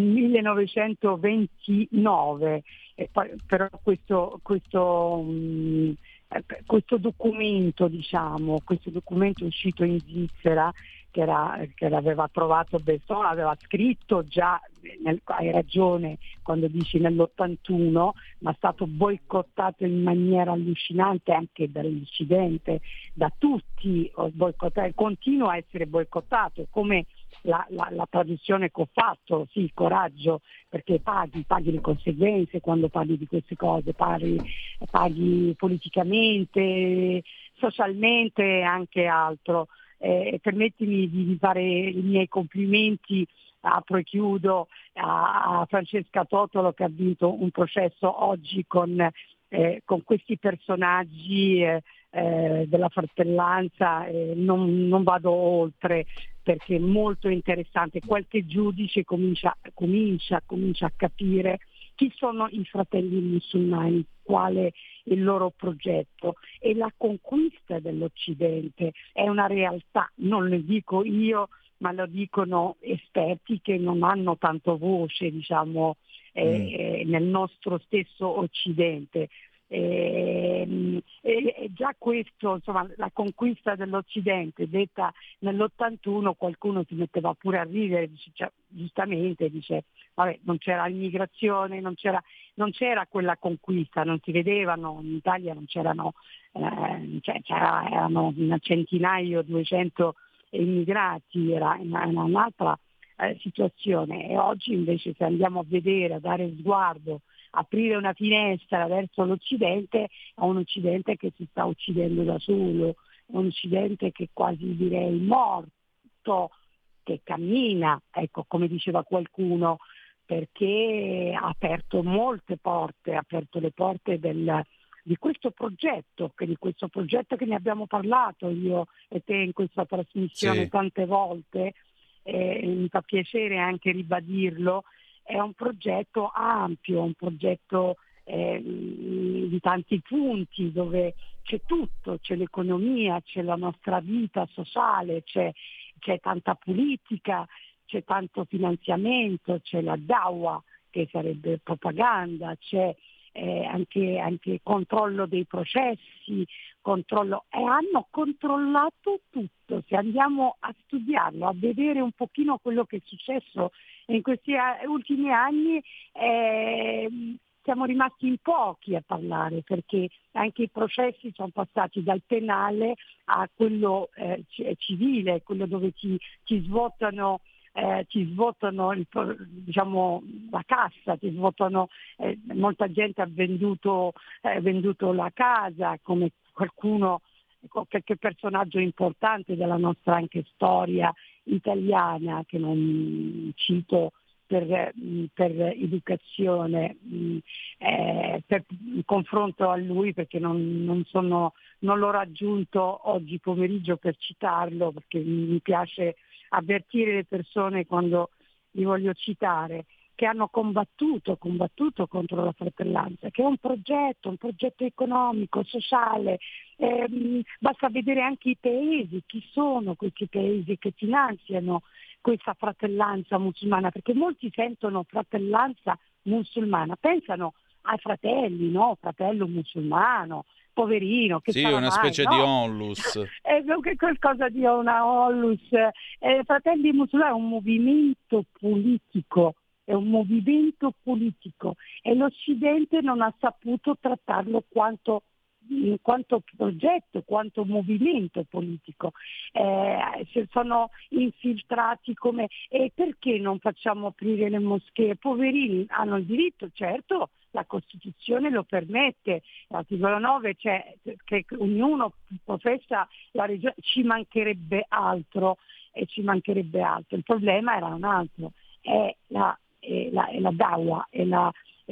millenovecentoventinove. E poi, però questo, questo, mh, questo documento, diciamo, questo documento uscito in Svizzera, che, era, che aveva approvato Besson, aveva scritto già, nel, hai ragione quando dici nell'ottantuno, ma è stato boicottato in maniera allucinante anche dall'Occidente, da tutti, continua a essere boicottato, come La, la, la traduzione che ho fatto, sì, coraggio, perché paghi, paghi le conseguenze quando parli di queste cose, paghi, paghi politicamente, socialmente e anche altro. Eh, permettimi di fare i miei complimenti, apro e chiudo, a, a Francesca Totolo, che ha vinto un processo oggi con eh, con questi personaggi eh, eh, della fratellanza eh, non, non vado oltre, perché è molto interessante. Qualche giudice comincia, comincia, comincia a capire chi sono i fratelli musulmani, quale è il loro progetto, e la conquista dell'Occidente è una realtà, non lo dico io, ma lo dicono esperti che non hanno tanto voce, diciamo, eh, mm. nel nostro stesso Occidente. E, e, e già questo, insomma, la conquista dell'Occidente detta nell'ottantuno, qualcuno si metteva pure a ridere, dice, cioè, giustamente dice vabbè, non c'era immigrazione, non c'era, non c'era quella conquista, non si vedevano, in Italia non c'erano, eh, cioè, c'era, erano un centinaio, duecento immigrati, era una, un'altra eh, situazione. E oggi invece, se andiamo a vedere, a dare sguardo, aprire una finestra verso l'Occidente, è un Occidente che si sta uccidendo da solo, è un Occidente che quasi direi morto, che cammina, ecco, come diceva qualcuno, perché ha aperto molte porte, ha aperto le porte del, di questo progetto, che di questo progetto che ne abbiamo parlato io e te in questa trasmissione sì. tante volte, eh, mi fa piacere anche ribadirlo. È un progetto ampio, un progetto eh, di tanti punti, dove c'è tutto, c'è l'economia, c'è la nostra vita sociale, c'è, c'è tanta politica, c'è tanto finanziamento, c'è la dawa, che sarebbe propaganda, c'è eh, anche, anche controllo dei processi, controllo, e hanno controllato tutto. Se andiamo a studiarlo, a vedere un pochino quello che è successo in questi ultimi anni, eh, siamo rimasti in pochi a parlare, perché anche i processi sono passati dal penale a quello eh, civile, quello dove ti, ti svuotano, eh, ti svuotano il, diciamo, la cassa, ti svuotano, eh, molta gente ha venduto, eh, venduto la casa, come qualcuno, qualche personaggio importante della nostra anche storia italiana, che non cito per, per educazione, eh, per confronto a lui, perché non, non, sono, non l'ho raggiunto oggi pomeriggio per citarlo, perché mi piace avvertire le persone quando li voglio citare, che hanno combattuto, combattuto contro la fratellanza, che è un progetto, un progetto economico, sociale. Eh, basta vedere anche i paesi, chi sono questi paesi che finanziano questa fratellanza musulmana, perché molti sentono fratellanza musulmana, pensano ai fratelli, no? Fratello musulmano, poverino, che sì, sarà una mai? specie No. di onlus. È qualcosa di una onlus. Eh, Fratelli musulmani è un movimento politico, è un movimento politico, e l'Occidente non ha saputo trattarlo quanto, quanto progetto, quanto movimento politico. Eh, si sono infiltrati come, e perché non facciamo aprire le moschee? Poverini, hanno il diritto, certo, la Costituzione lo permette, l'articolo nove c'è, che ognuno professa la religione, ci mancherebbe altro, e ci mancherebbe altro. Il problema era un altro, è la E la, e la dawa, e la, e,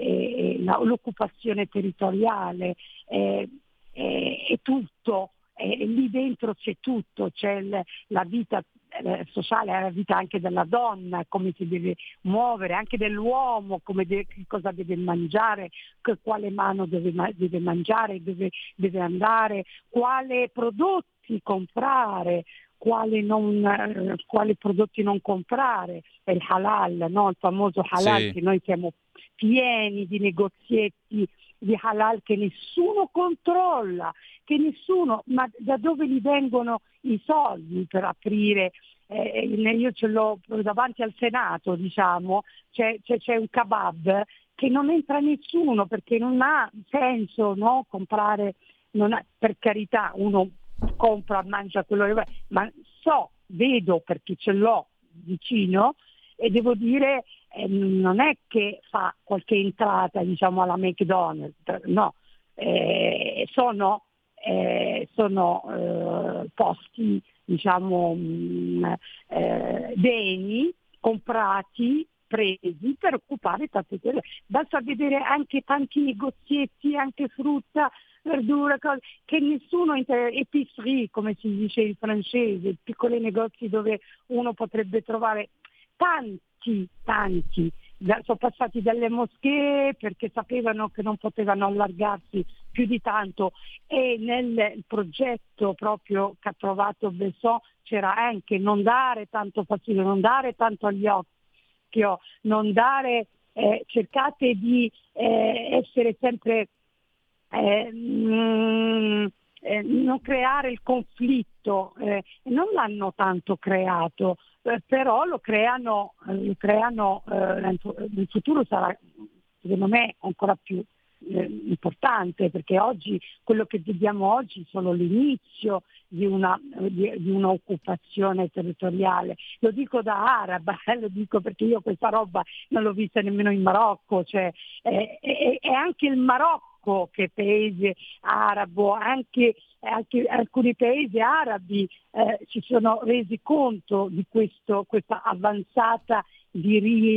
e, e la, l'occupazione territoriale, e, e, e tutto, e, e lì dentro c'è tutto, c'è il, la vita eh, sociale, la vita anche della donna, come si deve muovere, anche dell'uomo, come de, che cosa deve mangiare, che, quale mano deve, deve mangiare, dove deve andare, quale prodotti comprare, Quali, non, eh, quali prodotti non comprare, è il halal, no? Il famoso halal, sì. Che noi siamo pieni di negozietti di halal che nessuno controlla, che nessuno, ma da dove gli vengono i soldi per aprire? Eh, io ce l'ho davanti al Senato, diciamo, c'è, c'è, c'è un kebab che non entra nessuno, perché non ha senso, no? Comprare, non ha, per carità, uno compra, mangia quello che vuole, ma so, vedo perché ce l'ho vicino, e devo dire eh, non è che fa qualche entrata, diciamo, alla McDonald's, no, eh, sono, eh, sono eh, posti, diciamo, mh, eh, beni comprati presi per occupare tante terre. Basta vedere anche tanti negozietti, anche frutta, verdura, cose, che nessuno, inter- épicerie come si dice in francese, piccoli negozi dove uno potrebbe trovare tanti, tanti. Sono passati dalle moschee perché sapevano che non potevano allargarsi più di tanto, e nel progetto proprio che ha trovato Besson c'era anche non dare tanto fastidio, non dare tanto agli occhi, non dare, eh, cercate di eh, essere sempre eh, mm, eh, non creare il conflitto, eh, non l'hanno tanto creato, eh, però lo creano, eh, lo creano eh, nel futuro sarà secondo me ancora più eh, importante, perché oggi quello che vediamo oggi è solo l'inizio di una di, di un'occupazione territoriale. Lo dico da araba, eh, lo dico perché io questa roba non l'ho vista nemmeno in Marocco, cioè eh, è, è anche il Marocco che paese arabo, anche, anche alcuni paesi arabi eh, si sono resi conto di questo, questa avanzata di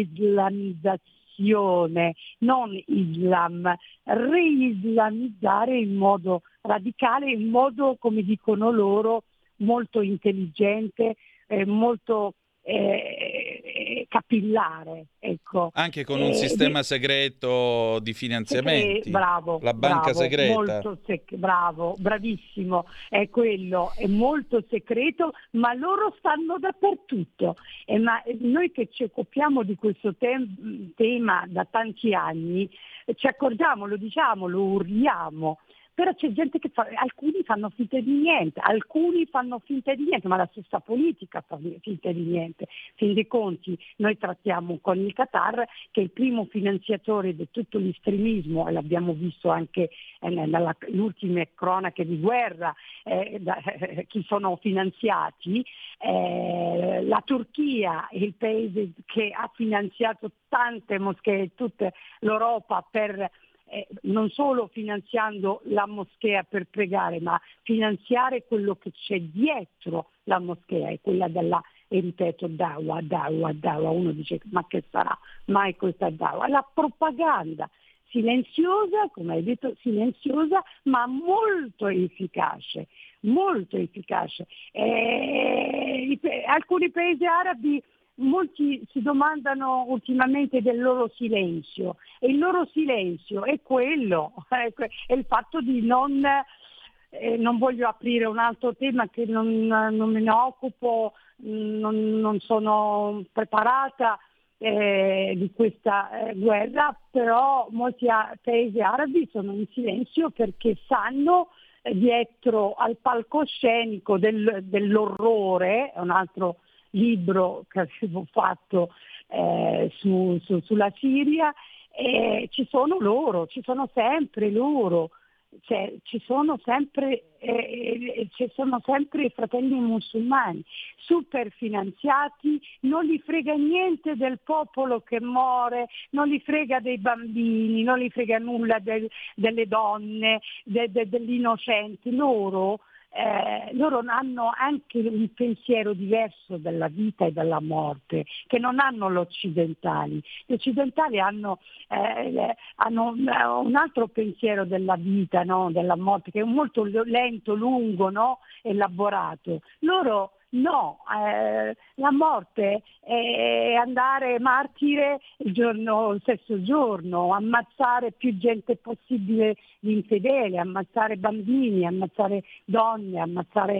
riislamizzazione, non Islam, reislamizzare in modo radicale, in modo, come dicono loro, molto intelligente, eh, molto eh, capillare, ecco. Anche con un Eh, sistema di, segreto di finanziamenti. Segre, bravo, la banca bravo, segreta. Molto sec- bravo, bravissimo, è quello, è molto segreto, ma loro stanno dappertutto. E ma noi che ci occupiamo di questo te- tema da tanti anni, ci accorgiamo, lo diciamo, lo urliamo. Però c'è gente che fa, alcuni fanno finta di niente, alcuni fanno finta di niente, ma la stessa politica fa finta di niente. Fin dei conti noi trattiamo con il Qatar, che è il primo finanziatore di tutto l'estremismo, e l'abbiamo visto anche eh, nelle ultime cronache di guerra, eh, da, eh, chi sono finanziati. Eh, la Turchia è il paese che ha finanziato tante moschee, tutta l'Europa per... Eh, non solo finanziando la moschea per pregare, ma finanziare quello che c'è dietro la moschea, è quella della, e ripeto, dawa, dawa, dawa. Uno dice ma che sarà mai questa dawa? La propaganda silenziosa, come hai detto, silenziosa, ma molto efficace, molto efficace. Eh, alcuni paesi arabi, molti si domandano ultimamente del loro silenzio, e il loro silenzio è quello, è il fatto di non, eh, non voglio aprire un altro tema che non, non me ne occupo, non, non sono preparata eh, di questa eh, guerra, però molti a- paesi arabi sono in silenzio perché sanno eh, dietro al palcoscenico del, dell'orrore, è un altro libro che avevo fatto eh, su, su, sulla Siria, eh, ci sono loro, ci sono sempre loro, cioè, ci sono sempre eh, ci sono sempre i fratelli musulmani super finanziati, non gli frega niente del popolo che muore, non gli frega dei bambini, non gli frega nulla del, delle donne, de, de, degli innocenti. Loro Eh, loro hanno anche un pensiero diverso della vita e della morte, che non hanno gli occidentali. Gli occidentali hanno, eh, hanno un altro pensiero della vita, no? Della morte, che è molto lento, lungo, no? Elaborato. Loro no, eh, la morte è andare martire il giorno, il stesso giorno, ammazzare più gente possibile di infedele, ammazzare bambini, ammazzare donne, ammazzare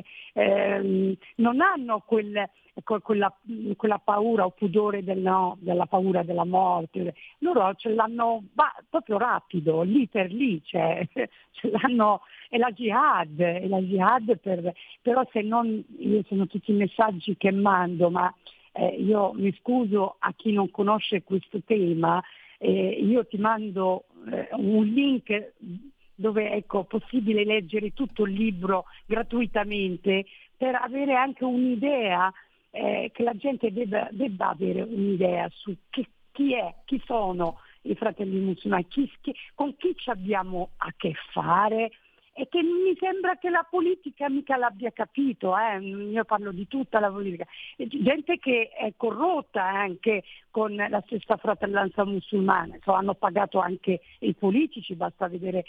ehm, non hanno quel, quella, quella paura o pudore del no, della paura della morte. Loro ce l'hanno bah, proprio rapido, lì per lì, cioè, ce l'hanno. È la jihad, è la jihad per, però se non, io sono tutti i messaggi che mando, ma eh, io mi scuso a chi non conosce questo tema, eh, io ti mando eh, un link dove ecco, è possibile leggere tutto il libro gratuitamente per avere anche un'idea, eh, che la gente debba, debba avere un'idea su chi, chi è, chi sono i fratelli musulmani, chi, chi, con chi ci abbiamo a che fare. e che mi sembra che la politica mica l'abbia capito, eh? Io parlo di tutta la politica, gente che è corrotta anche con la stessa fratellanza musulmana, insomma, hanno pagato anche i politici, basta vedere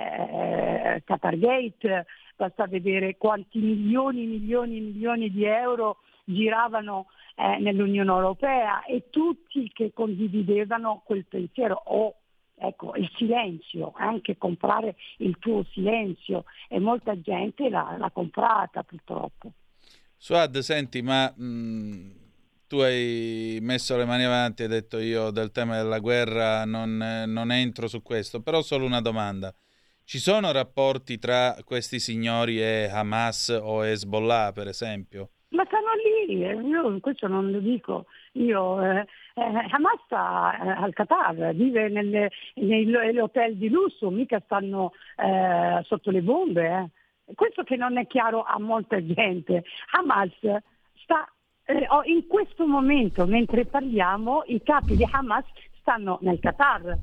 eh, Qatargate, basta vedere quanti milioni, milioni, milioni di euro giravano eh, nell'Unione Europea e tutti che condividevano quel pensiero o ecco il silenzio, anche comprare il tuo silenzio, e molta gente l'ha, l'ha comprata purtroppo. Suad, senti, ma mh, tu hai messo le mani avanti e hai detto io del tema della guerra non, non entro su questo, però solo una domanda. Ci sono rapporti tra questi signori e Hamas o Hezbollah, per esempio? Ma stanno lì, eh, io questo non lo dico, io eh, eh, Hamas sta eh, al Qatar, vive nelle, nei, negli hotel di lusso, mica stanno eh, sotto le bombe. Eh. Questo che non è chiaro a molta gente. Hamas sta, eh, in questo momento, mentre parliamo, i capi di Hamas stanno nel Qatar.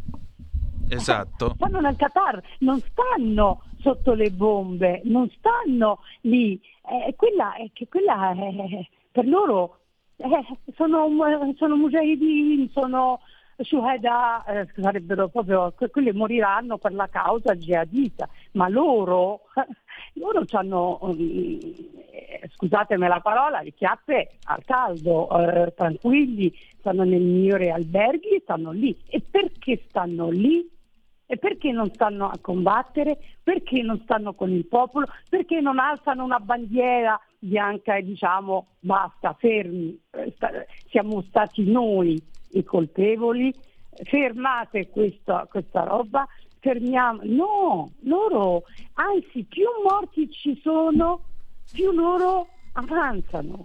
Esatto. Stanno nel Qatar, non stanno sotto le bombe, non stanno lì. Eh, quella, è che quella è, per loro eh, sono, sono mujahideen, sono shuhada, eh, sarebbero proprio, quelli moriranno per la causa jihadista, ma loro, loro hanno, eh, scusatemi la parola, le chiappe al caldo, eh, tranquilli, stanno nei migliori alberghi, stanno lì. E perché stanno lì? E perché non stanno a combattere? Perché non stanno con il popolo? Perché non alzano una bandiera bianca e diciamo basta, fermi, siamo stati noi i colpevoli, fermate questa, questa roba, fermiamo. No, loro, anzi più morti ci sono, più loro avanzano.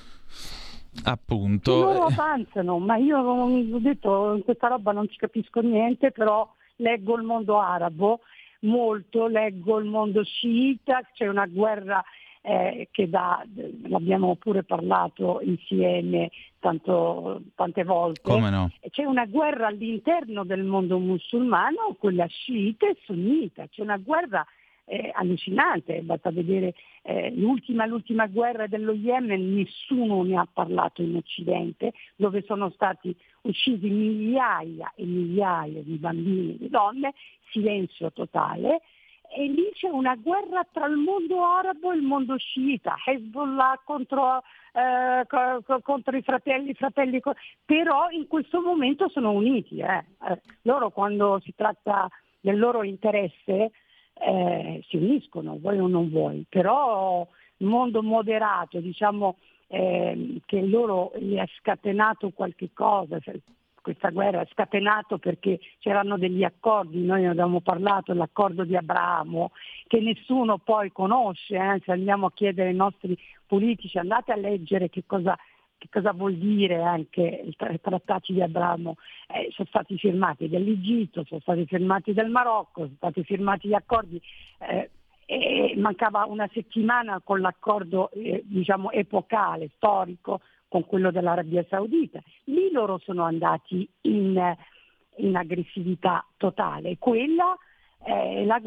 Appunto. Più loro avanzano, ma io ho detto in questa roba non ci capisco niente, però leggo il mondo arabo molto, leggo il mondo sciita, c'è una guerra eh, che da, l'abbiamo pure parlato insieme tanto, tante volte. Come no? C'è una guerra all'interno del mondo musulmano, quella sciita e sunnita, c'è una guerra eh, allucinante, basta vedere eh, l'ultima, l'ultima guerra dello Yemen, nessuno ne ha parlato in Occidente, dove sono stati uccisi migliaia e migliaia di bambini e di donne, silenzio totale, e lì c'è una guerra tra il mondo arabo e il mondo sciita, Hezbollah contro, eh, co- contro i fratelli, i fratelli, co- però in questo momento sono uniti. Eh. Eh, loro quando si tratta del loro interesse eh, si uniscono, vuoi o non vuoi, però il mondo moderato, diciamo, eh, che loro gli ha scatenato qualche cosa, cioè, questa guerra è scatenato perché c'erano degli accordi, noi ne abbiamo parlato, l'accordo di Abramo, che nessuno poi conosce, eh? Se andiamo a chiedere ai nostri politici, andate a leggere che cosa, che cosa vuol dire anche i trattati di Abramo, eh, sono stati firmati dall'Egitto, sono stati firmati dal Marocco, sono stati firmati gli accordi, eh, e mancava una settimana con l'accordo eh, diciamo epocale, storico, con quello dell'Arabia Saudita. Lì loro sono andati in, in aggressività totale. Quella è la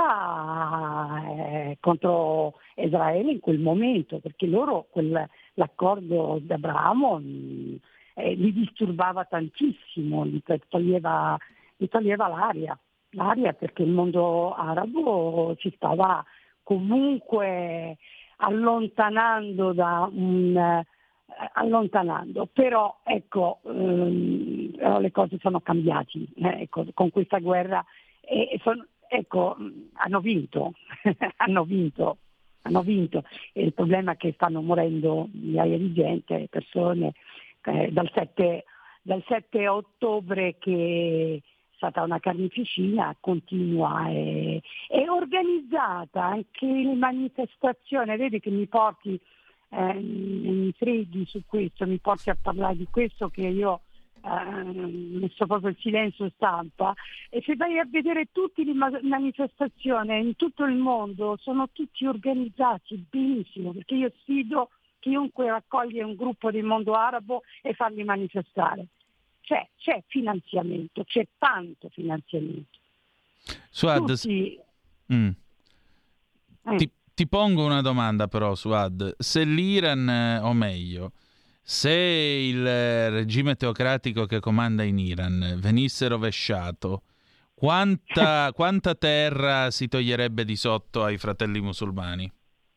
guerra eh, contro Israele in quel momento, perché loro quel, l'accordo di Abramo mh, eh, li disturbava tantissimo, gli toglieva, gli toglieva l'aria, l'aria perché il mondo arabo si stava comunque allontanando da un allontanando, però ecco ehm, le cose sono cambiate eh, ecco, con questa guerra e, e son, ecco, hanno vinto, hanno vinto, hanno vinto. E il problema è che stanno morendo migliaia di gente, persone eh, dal sette dal sette ottobre che è stata una carneficina continua e, e organizzata anche in manifestazione, vedi che mi porti Eh, mi freghi su questo, mi porti a parlare di questo che io eh, ho messo proprio il silenzio stampa, e se vai a vedere tutte le manifestazioni in tutto il mondo sono tutti organizzati benissimo, perché io sfido chiunque raccoglie un gruppo del mondo arabo e farli manifestare. C'è, c'è finanziamento, c'è tanto finanziamento. Suad, tutti, mm. Mm. Ti, ti pongo una domanda però, Suad. Se l'Iran, eh, o meglio, se il eh, regime teocratico che comanda in Iran venisse rovesciato, quanta, quanta terra si toglierebbe di sotto ai fratelli musulmani?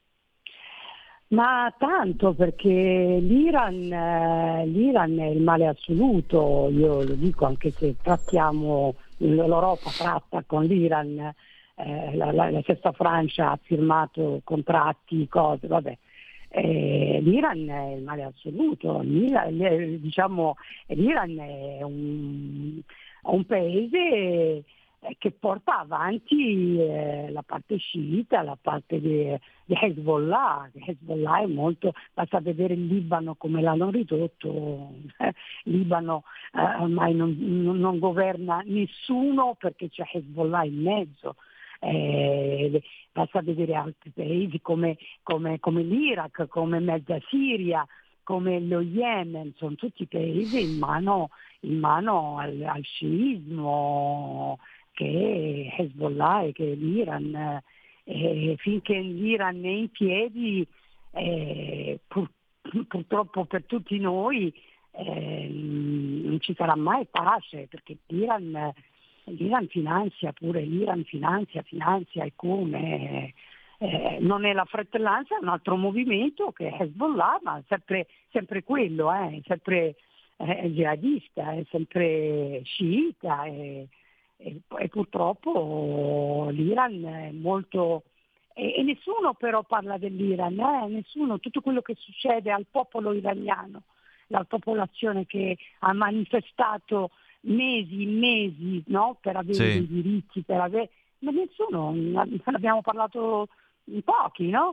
Ma tanto, perché l'Iran, eh, l'Iran è il male assoluto, io lo dico, anche se trattiamo, l'Europa tratta con l'Iran, eh, la, la, la stessa Francia ha firmato contratti, cose, vabbè. Eh, L'Iran è il male assoluto, l'Iran, eh, diciamo, l'Iran è un, un paese che porta avanti eh, la parte sciita, la parte di, di Hezbollah. Hezbollah è molto, basta vedere il Libano come l'hanno ridotto. Il Libano eh, ormai non, non, non governa nessuno perché c'è Hezbollah in mezzo. Eh, basta vedere altri paesi come, come, come l'Iraq, come mezza Siria, come lo Yemen, sono tutti paesi in mano, in mano al, al sciismo, che è Hezbollah e che è l'Iran. Eh, finché l'Iran è in piedi, eh, pur, purtroppo per tutti noi eh, non ci sarà mai pace, perché l'Iran, l'Iran finanzia pure, l'Iran finanzia, finanzia e come... Eh, non è la fratellanza, è un altro movimento che è Hezbollah, ma sempre, sempre quello, eh, è sempre eh, jihadista, è sempre sciita e, e, e purtroppo l'Iran è molto... E, e nessuno però parla dell'Iran, eh, nessuno, tutto quello che succede al popolo iraniano, la popolazione che ha manifestato mesi, mesi, no, per avere Sì. dei diritti, per avere... ma nessuno, ne abbiamo parlato in pochi, no?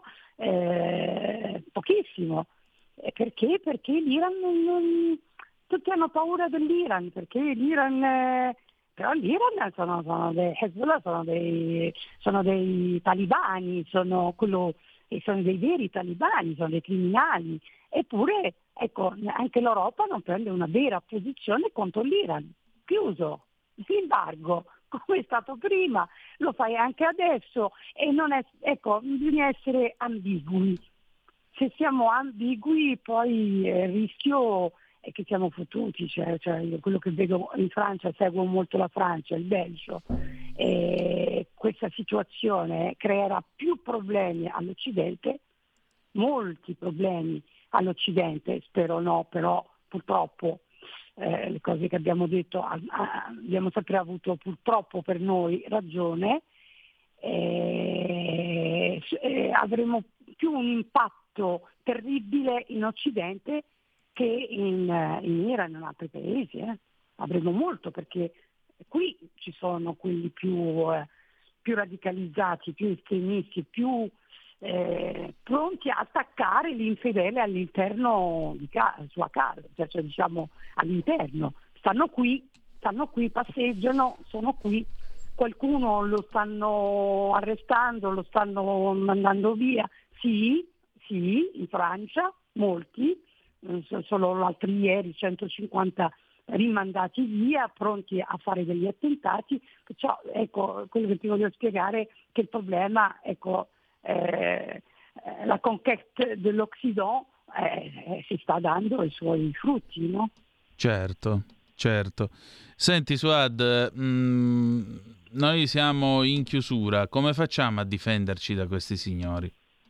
Eh, pochissimo. Eh, perché? Perché l'Iran non, non- tutti hanno paura dell'Iran, perché l'Iran eh, però l'Iran sono, sono dei Hezbollah, sono dei, sono dei talibani, sono quello, e sono dei veri talibani, sono dei criminali. Eppure, ecco, anche l'Europa non prende una vera posizione contro l'Iran. Chiuso, l'embargo, come è stato prima, lo fai anche adesso, e non è, ecco, bisogna essere ambigui. Se siamo ambigui poi eh, il rischio è che siamo fottuti, cioè, cioè io quello che vedo in Francia, seguo molto la Francia, il Belgio, e questa situazione creerà più problemi all'Occidente, molti problemi all'Occidente, spero no, però purtroppo eh, le cose che abbiamo detto ah, ah, abbiamo sempre avuto purtroppo per noi ragione, eh, eh, avremo più un impatto terribile in Occidente che in, in Iran e in altri paesi, eh. Avremo molto, perché qui ci sono quelli più, eh, più radicalizzati, più estremisti, più eh, pronti a attaccare l'infedele all'interno di ca- sua casa, cioè, cioè diciamo all'interno. Stanno qui, stanno qui, passeggiano, sono qui. Qualcuno lo stanno arrestando, lo stanno mandando via. Sì, sì, in Francia, molti, solo l'altro ieri centocinquanta rimandati via, pronti a fare degli attentati. Perciò ecco, quello che ti voglio spiegare è che il problema, ecco, eh, la conquête dell'Occident eh, si sta dando i suoi frutti, no? Certo, certo. Senti Suad, mh, noi siamo in chiusura, come facciamo a difenderci da questi signori?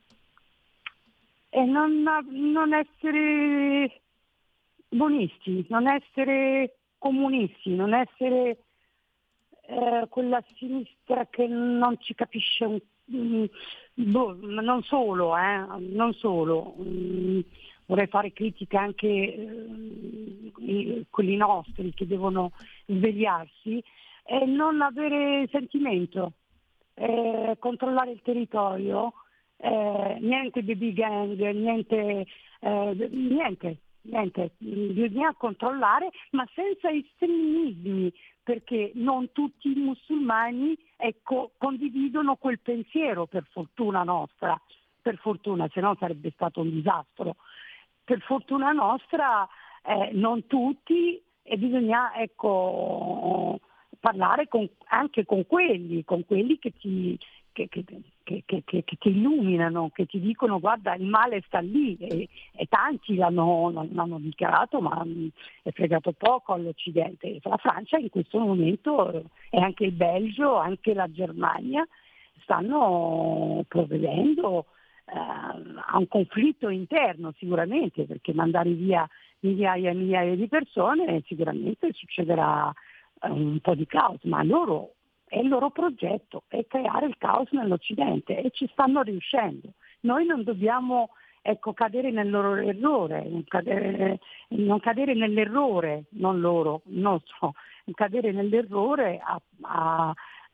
E non, non essere buonisti, non essere comunisti, non essere eh, quella sinistra che non ci capisce un, mm, boh, non solo, eh, non solo. Mm, vorrei fare critica anche eh, quelli nostri che devono svegliarsi e non avere sentimento, eh, controllare il territorio. Eh, niente baby gang, niente, eh, niente, niente, bisogna controllare, ma senza estremismi, perché non tutti i musulmani ecco, condividono quel pensiero, per fortuna nostra, per fortuna, se no sarebbe stato un disastro. Per fortuna nostra eh, non tutti, e bisogna ecco, parlare con, anche con quelli, con quelli che ti che, che, che, che, che ti illuminano, che ti dicono guarda il male sta lì, e, e tanti l'hanno, l'hanno dichiarato, ma è fregato poco all'Occidente. La Francia in questo momento, e anche il Belgio, anche la Germania stanno provvedendo eh, a un conflitto interno sicuramente, perché mandare via migliaia e migliaia di persone sicuramente succederà eh, un po' di caos, ma loro è il loro progetto, è creare il caos nell'Occidente e ci stanno riuscendo. Noi non dobbiamo ecco, cadere nel loro errore, non cadere, non cadere nell'errore, non loro, non so, cadere nell'errore a, a,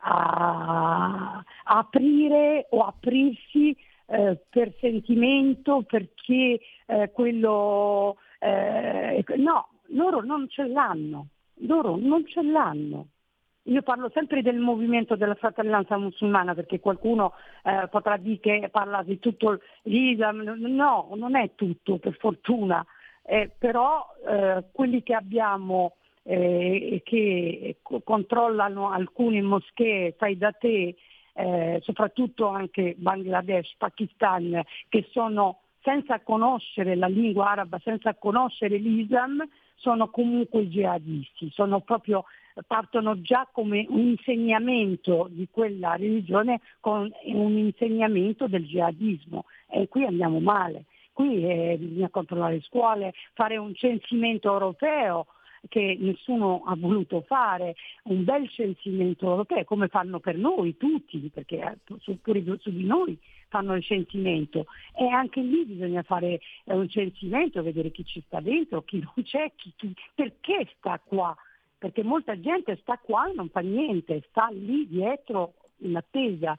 a, a aprire o aprirsi eh, per sentimento, perché eh, quello eh, no, loro non ce l'hanno, loro non ce l'hanno. Io parlo sempre del movimento della fratellanza musulmana, perché qualcuno eh, potrà dire che parla di tutto l'Islam, no, non è tutto per fortuna, eh, però eh, quelli che abbiamo eh, che controllano alcune moschee fai da te, eh, soprattutto anche Bangladesh, Pakistan, che sono senza conoscere la lingua araba, senza conoscere l'Islam, sono comunque jihadisti, sono proprio, partono già come un insegnamento di quella religione con un insegnamento del jihadismo, e qui andiamo male. Qui eh, bisogna controllare le scuole, fare un censimento europeo che nessuno ha voluto fare, un bel censimento europeo come fanno per noi tutti, perché eh, pure su di noi fanno il censimento, e anche lì bisogna fare eh, un censimento, vedere chi ci sta dentro, chi non c'è, chi, chi, perché sta qua, perché molta gente sta qua e non fa niente, sta lì dietro in attesa,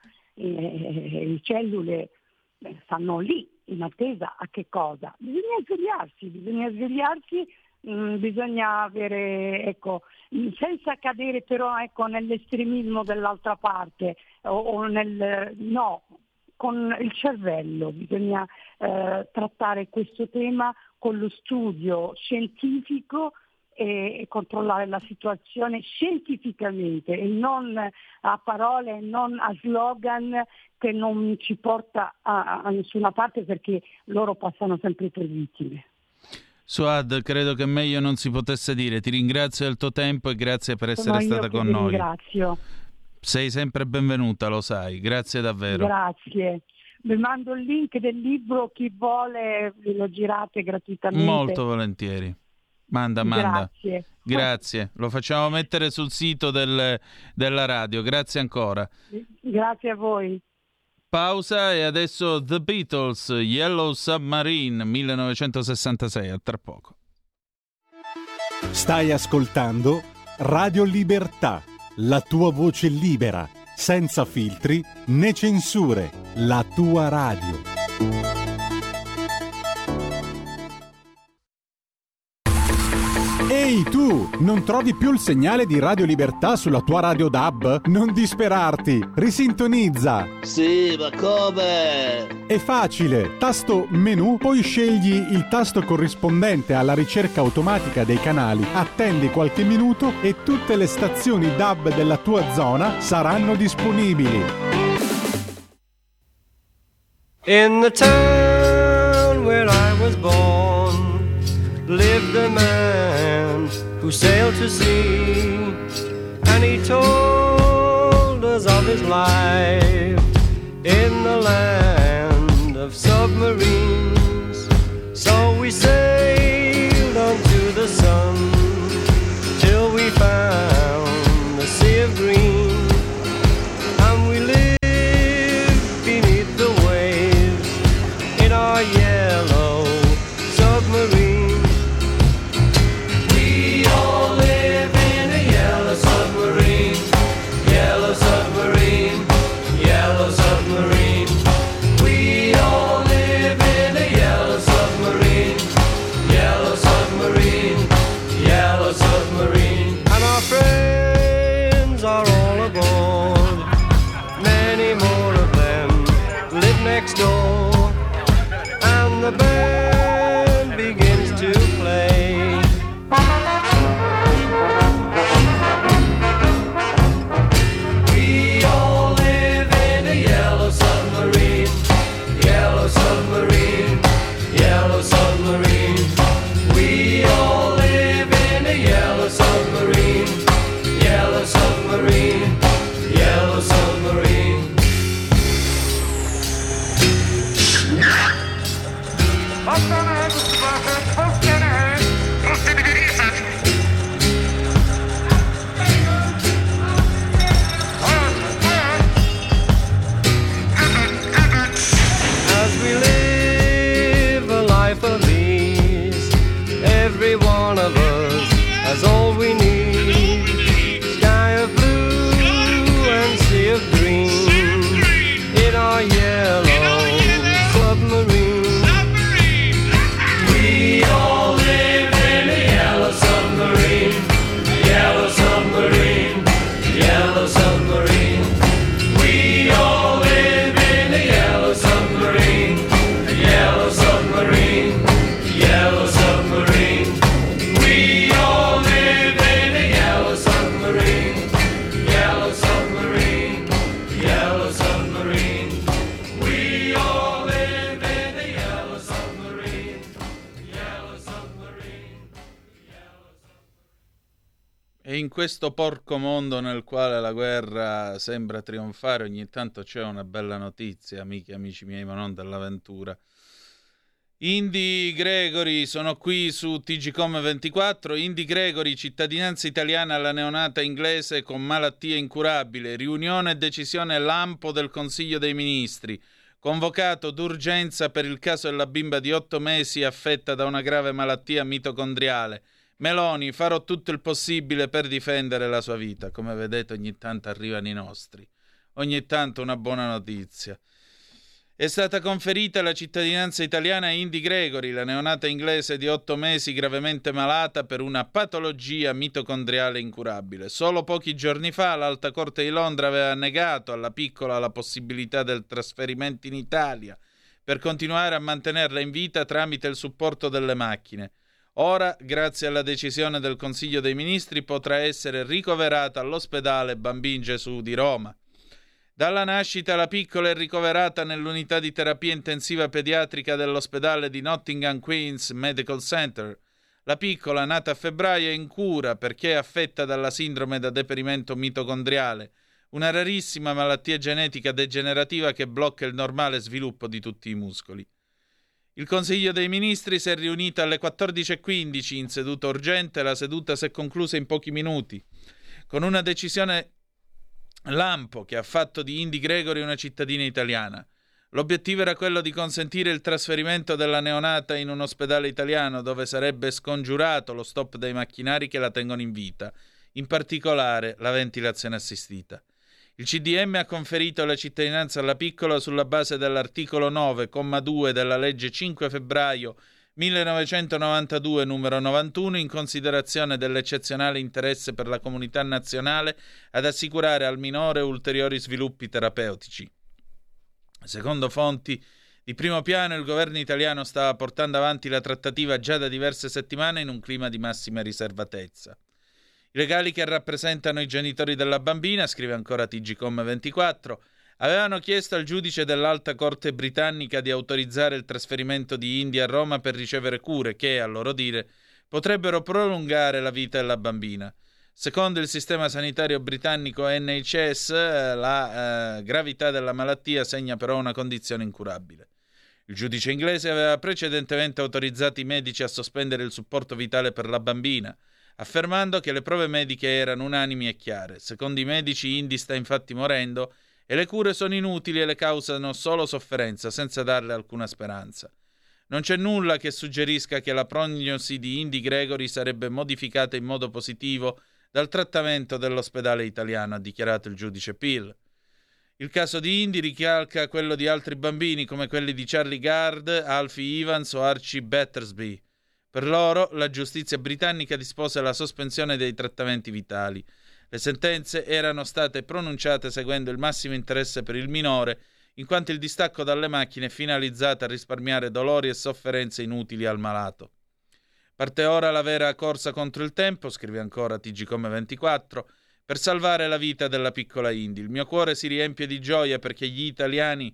eh, le cellule eh, stanno lì in attesa a che cosa? Bisogna svegliarsi, bisogna svegliarsi, mh, bisogna avere, ecco, senza cadere però ecco, nell'estremismo dell'altra parte, o, o nel no, con il cervello, bisogna eh, trattare questo tema con lo studio scientifico e, e controllare la situazione scientificamente, e non a parole, non a slogan che non ci porta a, a nessuna parte, perché loro passano sempre per vittime. Suad, credo che meglio non si potesse dire. Ti ringrazio del tuo tempo e grazie per essere Sono io stata che con vi noi. Ringrazio. Sei sempre benvenuta, lo sai. Grazie davvero. Grazie. Vi mando il link del libro, chi vuole ve lo girate gratuitamente. Molto volentieri. Manda, manda. Grazie. Grazie. Lo facciamo mettere sul sito del, della radio. Grazie ancora. Grazie a voi. Pausa e adesso The Beatles, Yellow Submarine, millenovecentosessantasei, a tra poco. Stai ascoltando Radio Libertà, la tua voce libera, senza filtri né censure, la tua radio. Ehi tu, non trovi più il segnale di Radio Libertà sulla tua radio D A B? Non disperarti, risintonizza! Sì, ma come? È facile, tasto menu, poi scegli il tasto corrispondente alla ricerca automatica dei canali, attendi qualche minuto e tutte le stazioni D A B della tua zona saranno disponibili. In the town where I was born lived a man who sailed to sea, and he told us of his life in the land of submarines. So we sailed on to the sun till we found the sea of green, and we lived beneath the waves in our yellow submarine. Next door, and the band begins to play. We all live in a yellow our yellow submarine. We all live in a yellow submarine, yellow submarine, yellow submarine. We all live in a yellow submarine, yellow submarine, yellow submarine. We all live in a yellow submarine, yellow submarine, yellow submarine. We all live in a yellow submarine, yellow submarine, yellow submarine. E in questo porco mondo nel quale la guerra sembra trionfare, ogni tanto c'è una bella notizia, amiche e amici miei, ma non dell'avventura. Indy Gregory, sono qui su T G Com ventiquattro. Indy Gregory, cittadinanza italiana alla neonata inglese con malattia incurabile. Riunione e decisione lampo del Consiglio dei Ministri. Convocato d'urgenza per il caso della bimba di otto mesi affetta da una grave malattia mitocondriale. Meloni, farò tutto il possibile per difendere la sua vita. Come vedete, ogni tanto arrivano i nostri. Ogni tanto una buona notizia. È stata conferita la cittadinanza italiana a Indy Gregory, la neonata inglese di otto mesi gravemente malata per una patologia mitocondriale incurabile. Solo pochi giorni fa l'Alta Corte di Londra aveva negato alla piccola la possibilità del trasferimento in Italia per continuare a mantenerla in vita tramite il supporto delle macchine. Ora, grazie alla decisione del Consiglio dei Ministri, potrà essere ricoverata all'ospedale Bambin Gesù di Roma. Dalla nascita la piccola è ricoverata nell'unità di terapia intensiva pediatrica dell'ospedale di Nottingham Queen's Medical Center. La piccola, nata a febbraio, è in cura perché è affetta dalla sindrome da deperimento mitocondriale, una rarissima malattia genetica degenerativa che blocca il normale sviluppo di tutti i muscoli. Il Consiglio dei Ministri si è riunito alle quattordici e quindici in seduta urgente. La seduta si è conclusa in pochi minuti con una decisione lampo che ha fatto di Indy Gregory una cittadina italiana. L'obiettivo era quello di consentire il trasferimento della neonata in un ospedale italiano dove sarebbe scongiurato lo stop dei macchinari che la tengono in vita, in particolare la ventilazione assistita. Il C D M ha conferito la cittadinanza alla piccola sulla base dell'articolo nove, comma due della legge cinque febbraio millenovecentonovantadue numero novantuno, in considerazione dell'eccezionale interesse per la comunità nazionale ad assicurare al minore ulteriori sviluppi terapeutici. Secondo fonti di primo piano, il governo italiano stava portando avanti la trattativa già da diverse settimane in un clima di massima riservatezza. I legali che rappresentano i genitori della bambina, scrive ancora T G Com ventiquattro, avevano chiesto al giudice dell'Alta Corte britannica di autorizzare il trasferimento di Indy a Roma per ricevere cure che, a loro dire, potrebbero prolungare la vita della bambina. Secondo il sistema sanitario britannico N H S, la eh, gravità della malattia segna però una condizione incurabile. Il giudice inglese aveva precedentemente autorizzato i medici a sospendere il supporto vitale per la bambina, affermando che le prove mediche erano unanimi e chiare. Secondo i medici, Indy sta infatti morendo e le cure sono inutili e le causano solo sofferenza, senza darle alcuna speranza. Non c'è nulla che suggerisca che la prognosi di Indy Gregory sarebbe modificata in modo positivo dal trattamento dell'ospedale italiano, ha dichiarato il giudice Peel. Il caso di Indy ricalca quello di altri bambini come quelli di Charlie Gard, Alfie Evans o Archie Battersby. Per loro la giustizia britannica dispose la sospensione dei trattamenti vitali. Le sentenze erano state pronunciate seguendo il massimo interesse per il minore, in quanto il distacco dalle macchine è finalizzato a risparmiare dolori e sofferenze inutili al malato. Parte ora la vera corsa contro il tempo, scrive ancora T G Com ventiquattro, per salvare la vita della piccola Indy. Il mio cuore si riempie di gioia perché gli italiani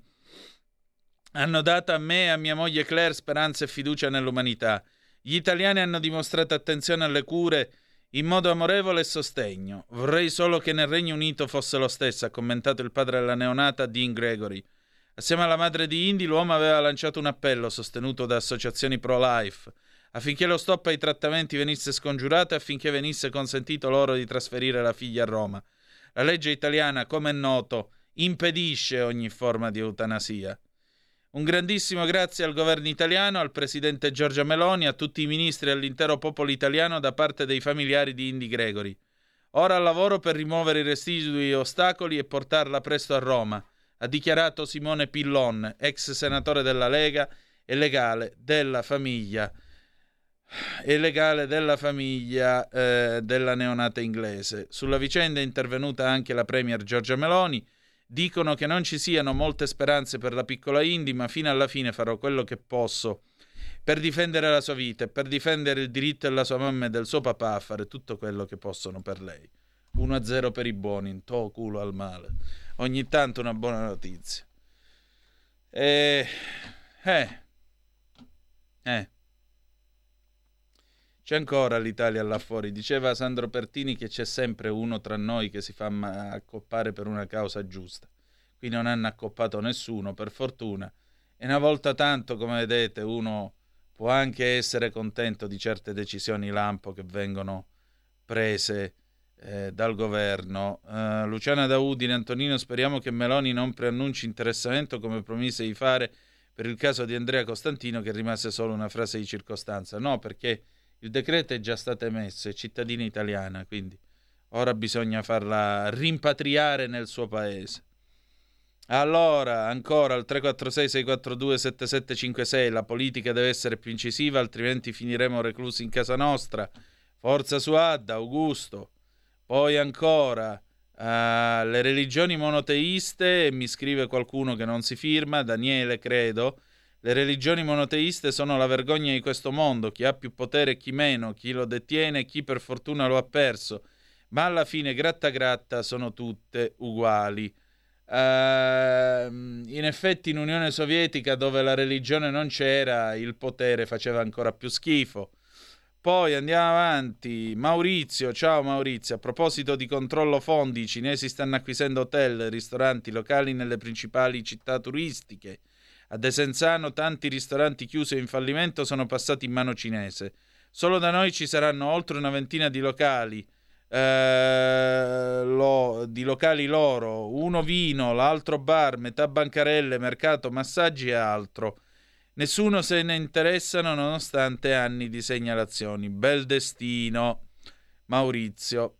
hanno dato a me e a mia moglie Claire speranza e fiducia nell'umanità. Gli italiani hanno dimostrato attenzione alle cure in modo amorevole e sostegno. Vorrei solo che nel Regno Unito fosse lo stesso, ha commentato il padre della neonata, Dean Gregory. Assieme alla madre di Indy, l'uomo aveva lanciato un appello sostenuto da associazioni pro-life affinché lo stop ai trattamenti venisse scongiurato e affinché venisse consentito loro di trasferire la figlia a Roma. La legge italiana, come è noto, impedisce ogni forma di eutanasia. Un grandissimo grazie al governo italiano, al presidente Giorgia Meloni, a tutti i ministri e all'intero popolo italiano da parte dei familiari di Indy Gregory. Ora al lavoro per rimuovere i residui e ostacoli e portarla presto a Roma, ha dichiarato Simone Pillon, ex senatore della Lega e legale della famiglia e legale della famiglia eh, della neonata inglese. Sulla vicenda è intervenuta anche la premier Giorgia Meloni. Dicono che non ci siano molte speranze per la piccola Indy, ma fino alla fine farò quello che posso per difendere la sua vita e per difendere il diritto della sua mamma e del suo papà a fare tutto quello che possono per lei. uno a zero per i buoni, in to culo al male. Ogni tanto una buona notizia. E... Eh... Eh... C'è ancora l'Italia là fuori. Diceva Sandro Pertini che c'è sempre uno tra noi che si fa accoppare per una causa giusta. Qui non hanno accoppato nessuno, per fortuna. E una volta tanto, come vedete, uno può anche essere contento di certe decisioni lampo che vengono prese eh, dal governo. Uh, Luciana da Udine, Antonino, speriamo che Meloni non preannunci interessamento come promise di fare per il caso di Andrea Costantino, che rimase solo una frase di circostanza. No, perché il decreto è già stato emesso, è cittadina italiana, quindi ora bisogna farla rimpatriare nel suo paese. Allora, ancora al tre quattro sei sei quattro due sette sette cinque sei, la politica deve essere più incisiva, altrimenti finiremo reclusi in casa nostra. Forza Suad, Augusto. Poi ancora, uh, le religioni monoteiste, e mi scrive qualcuno che non si firma, Daniele credo. Le religioni monoteiste sono la vergogna di questo mondo, chi ha più potere e chi meno, chi lo detiene e chi per fortuna lo ha perso, ma alla fine gratta gratta sono tutte uguali. Uh, in effetti in Unione Sovietica, dove la religione non c'era, il potere faceva ancora più schifo. Poi andiamo avanti. Maurizio, ciao Maurizio, a proposito di controllo fondi, i cinesi stanno acquisendo hotel, ristoranti, locali nelle principali città turistiche. A Desenzano tanti ristoranti chiusi o in fallimento sono passati in mano cinese. Solo da noi ci saranno oltre una ventina di locali, eh, lo, di locali loro, uno vino, l'altro bar, metà bancarelle, mercato, massaggi e altro. Nessuno se ne interessano nonostante anni di segnalazioni. Bel destino, Maurizio.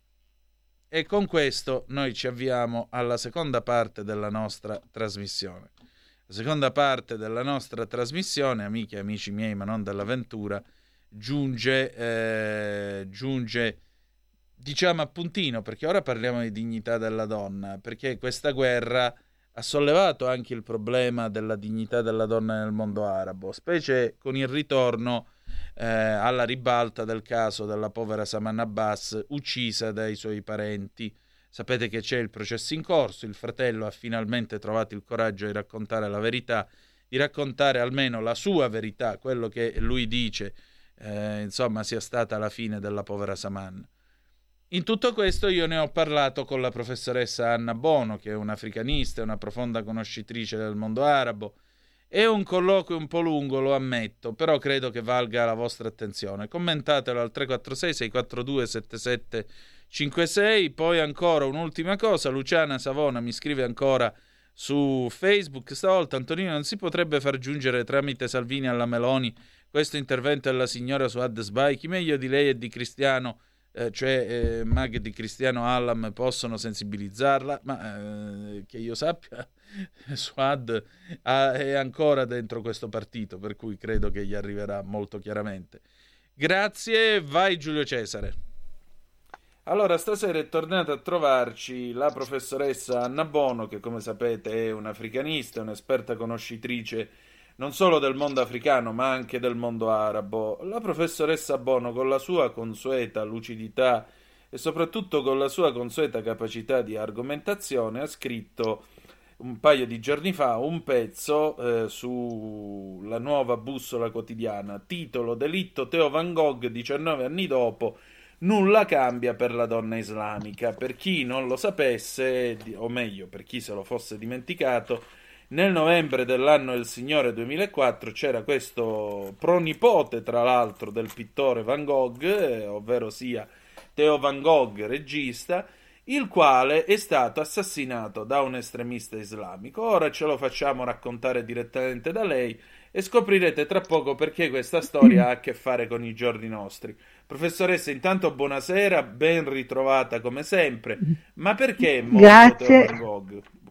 E con questo noi ci avviamo alla seconda parte della nostra trasmissione. La seconda parte della nostra trasmissione, amiche e amici miei, ma non dell'avventura, giunge, eh, giunge, diciamo a puntino, perché ora parliamo di dignità della donna, perché questa guerra ha sollevato anche il problema della dignità della donna nel mondo arabo, specie con il ritorno eh, alla ribalta del caso della povera Saman Abbas, uccisa dai suoi parenti. Sapete che c'è il processo in corso, il fratello ha finalmente trovato il coraggio di raccontare la verità, di raccontare almeno la sua verità, quello che lui dice, eh, insomma, sia stata la fine della povera Saman. In tutto questo io ne ho parlato con la professoressa Anna Bono, che è un'africanista, una profonda conoscitrice del mondo arabo. È un colloquio un po' lungo, lo ammetto, però credo che valga la vostra attenzione. Commentatelo al tre quattro sei sei quattro due sette sette cinque sei. Poi ancora un'ultima cosa, Luciana Savona mi scrive ancora su Facebook, stavolta Antonino non si potrebbe far giungere tramite Salvini alla Meloni questo intervento della signora Suad Sbai, chi meglio di lei e di Cristiano, eh, cioè eh, Mag di Cristiano Allam, possono sensibilizzarla, ma eh, che io sappia Suad ha, è ancora dentro questo partito, per cui credo che gli arriverà molto chiaramente. Grazie, vai Giulio Cesare. Allora, stasera è tornata a trovarci la professoressa Anna Bono, che come sapete è un'africanista, un'esperta conoscitrice non solo del mondo africano ma anche del mondo arabo. La professoressa Bono, con la sua consueta lucidità e soprattutto con la sua consueta capacità di argomentazione, ha scritto un paio di giorni fa un pezzo eh, sulla Nuova Bussola Quotidiana, titolo Delitto Theo Van Gogh, diciannove anni dopo, nulla cambia per la donna islamica. Per chi non lo sapesse, o meglio, per chi se lo fosse dimenticato, nel novembre dell'anno del Signore duemilaquattro c'era questo pronipote, tra l'altro, del pittore Van Gogh, eh, ovvero sia Theo Van Gogh, regista, il quale è stato assassinato da un estremista islamico. Ora ce lo facciamo raccontare direttamente da lei e scoprirete tra poco perché questa storia ha a che fare con i giorni nostri. Professoressa, intanto buonasera, ben ritrovata come sempre. Ma perché è morto Theo Van Gogh?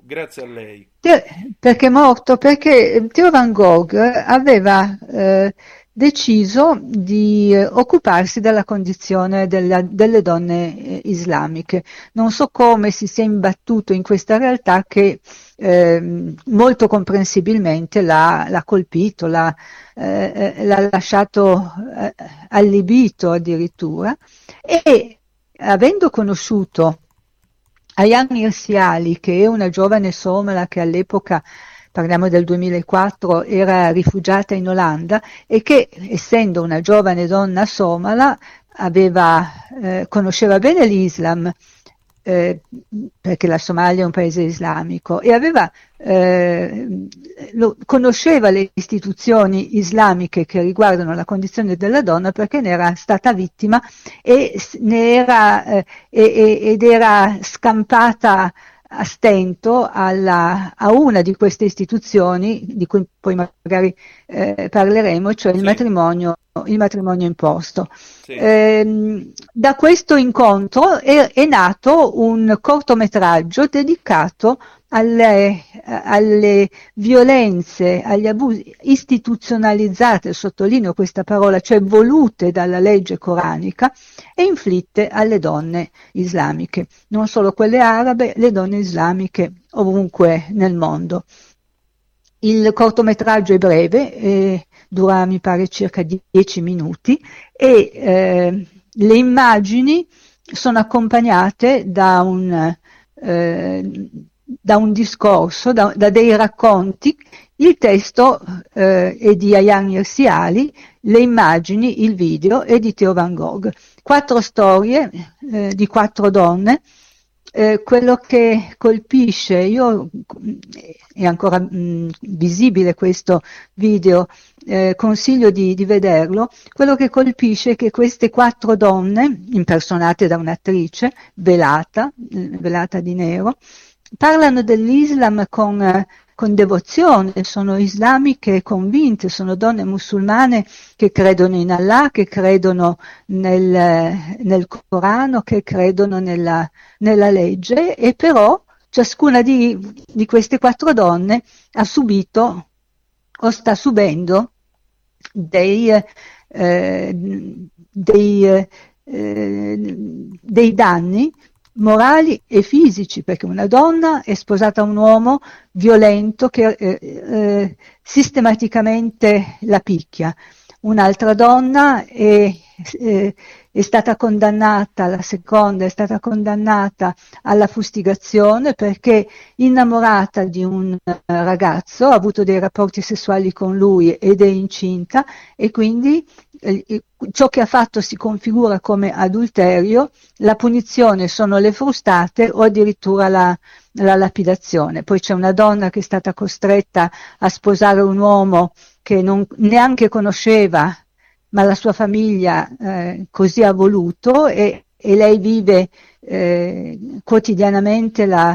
Grazie a lei. Te- Perché è morto? Perché Theo van Gogh aveva eh, deciso di eh, occuparsi della condizione della- delle donne eh, islamiche. Non so come si sia imbattuto in questa realtà che ehm, molto comprensibilmente l'ha, l'ha colpito, l'ha, eh, eh, l'ha lasciato eh, allibito addirittura, e avendo conosciuto Ayaan Hirsi Ali, che è una giovane somala che all'epoca, parliamo del duemilaquattro, era rifugiata in Olanda e che, essendo una giovane donna somala, aveva, eh, conosceva bene l'Islam, eh, perché la Somalia è un paese islamico, e aveva, eh, lo, conosceva le istituzioni islamiche che riguardano la condizione della donna, perché ne era stata vittima e ne era, eh, e, ed era scampata a stento alla, a una di queste istituzioni, di cui poi magari eh, parleremo, cioè il Sì. matrimonio, il matrimonio imposto. Sì. Ehm, da questo incontro è, è nato un cortometraggio dedicato alle, alle violenze, agli abusi istituzionalizzate, sottolineo questa parola, cioè volute dalla legge coranica e inflitte alle donne islamiche, non solo quelle arabe, le donne islamiche ovunque nel mondo. Il cortometraggio è breve, eh, dura mi pare circa dieci minuti, e eh, le immagini sono accompagnate da un, eh, da un discorso, da, da dei racconti. Il testo eh, è di Ayaan Hirsi Ali, le immagini, il video è di Theo van Gogh. Quattro storie eh, di quattro donne. Eh, quello che colpisce, io è ancora mh, visibile questo video, eh, consiglio di, di vederlo. Quello che colpisce è che queste quattro donne, impersonate da un'attrice velata, eh, velata di nero, parlano dell'Islam con, eh, con devozione, sono islamiche convinte, sono donne musulmane che credono in Allah, che credono nel, nel Corano, che credono nella, nella legge, e però ciascuna di, di queste quattro donne ha subito o sta subendo dei, eh, dei, eh, dei danni morali e fisici, perché una donna è sposata a un uomo violento che eh, eh, sistematicamente la picchia, un'altra donna è, eh, è stata condannata, la seconda è stata condannata alla fustigazione perché innamorata di un ragazzo, ha avuto dei rapporti sessuali con lui ed è incinta, e quindi eh, ciò che ha fatto si configura come adulterio. La punizione sono le frustate o addirittura la, la lapidazione. Poi c'è una donna che è stata costretta a sposare un uomo che non neanche conosceva, ma la sua famiglia eh, così ha voluto, e, e lei vive eh, quotidianamente la,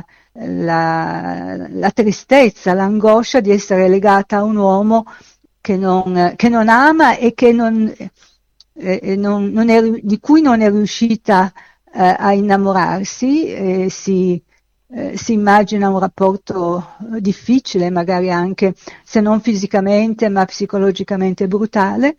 la, la tristezza, l'angoscia di essere legata a un uomo che non, che non ama e che non, eh, non, non è, di cui non è riuscita eh, a innamorarsi, e si, eh, si immagina un rapporto difficile, magari anche se non fisicamente ma psicologicamente brutale.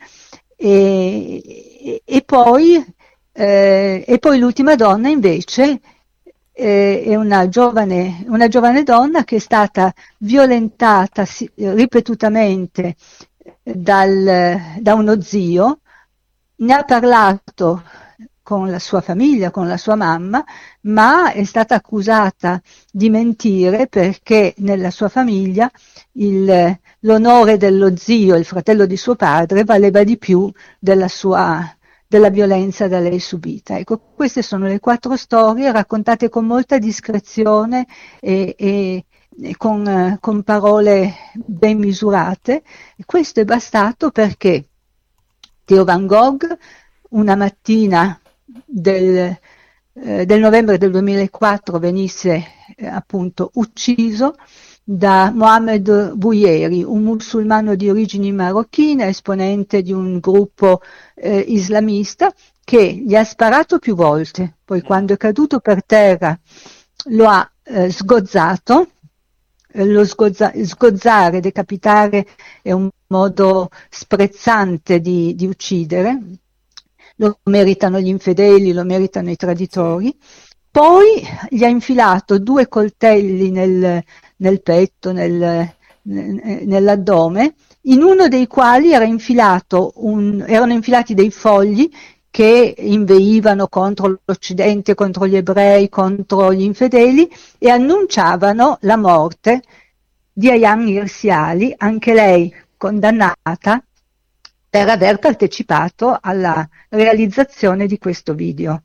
E, e, poi, eh, e poi l'ultima donna invece eh, è una giovane, una giovane donna che è stata violentata si, ripetutamente dal, da uno zio, ne ha parlato con la sua famiglia, con la sua mamma, ma è stata accusata di mentire perché nella sua famiglia il, l'onore dello zio, il fratello di suo padre, valeva di più della sua della violenza da lei subita. Ecco, queste sono le quattro storie raccontate con molta discrezione e, e, e con, con parole ben misurate. E questo è bastato perché Theo van Gogh una mattina del, eh, del novembre del duemilaquattro venisse eh, appunto ucciso da Mohamed Bouyeri, un musulmano di origini marocchine, esponente di un gruppo eh, islamista, che gli ha sparato più volte, poi quando è caduto per terra lo ha eh, sgozzato, eh, lo sgozza- sgozzare, decapitare è un modo sprezzante di, di uccidere, lo meritano gli infedeli, lo meritano i traditori. Poi gli ha infilato due coltelli nel, nel petto, nel, nell'addome, in uno dei quali era infilato un, erano infilati dei fogli che inveivano contro l'Occidente, contro gli ebrei, contro gli infedeli, e annunciavano la morte di Ayaan Hirsi Ali, anche lei condannata per aver partecipato alla realizzazione di questo video.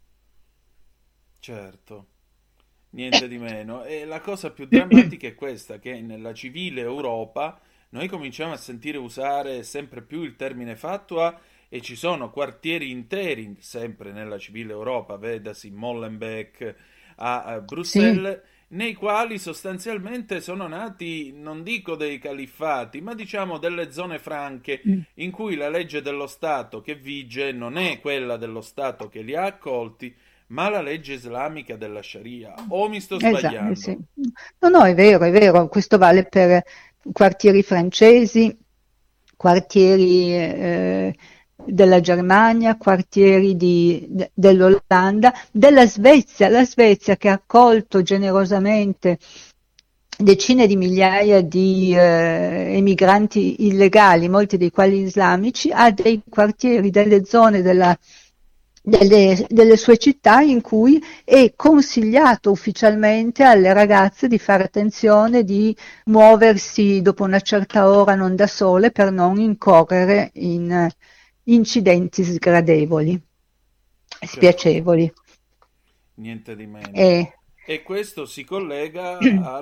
Certo, niente di meno. E la cosa più drammatica è questa, che nella civile Europa noi cominciamo a sentire usare sempre più il termine fatwa, e ci sono quartieri interi, sempre nella civile Europa, vedasi Molenbeek a, a Bruxelles, sì, nei quali sostanzialmente sono nati, non dico dei califfati, ma diciamo delle zone franche, mm. in cui la legge dello Stato che vige non è quella dello Stato che li ha accolti, ma la legge islamica della Sharia. O mi sto sbagliando? Esatto, sì. No, no, è vero, è vero. Questo vale per quartieri francesi, quartieri eh, della Germania, quartieri di, de, dell'Olanda, della Svezia. La Svezia, che ha accolto generosamente decine di migliaia di eh, emigranti illegali, molti dei quali islamici, ha dei quartieri, delle zone della Delle, delle sue città in cui è consigliato ufficialmente alle ragazze di fare attenzione, di muoversi dopo una certa ora non da sole per non incorrere in incidenti sgradevoli, spiacevoli. Niente di meno. E, e questo si collega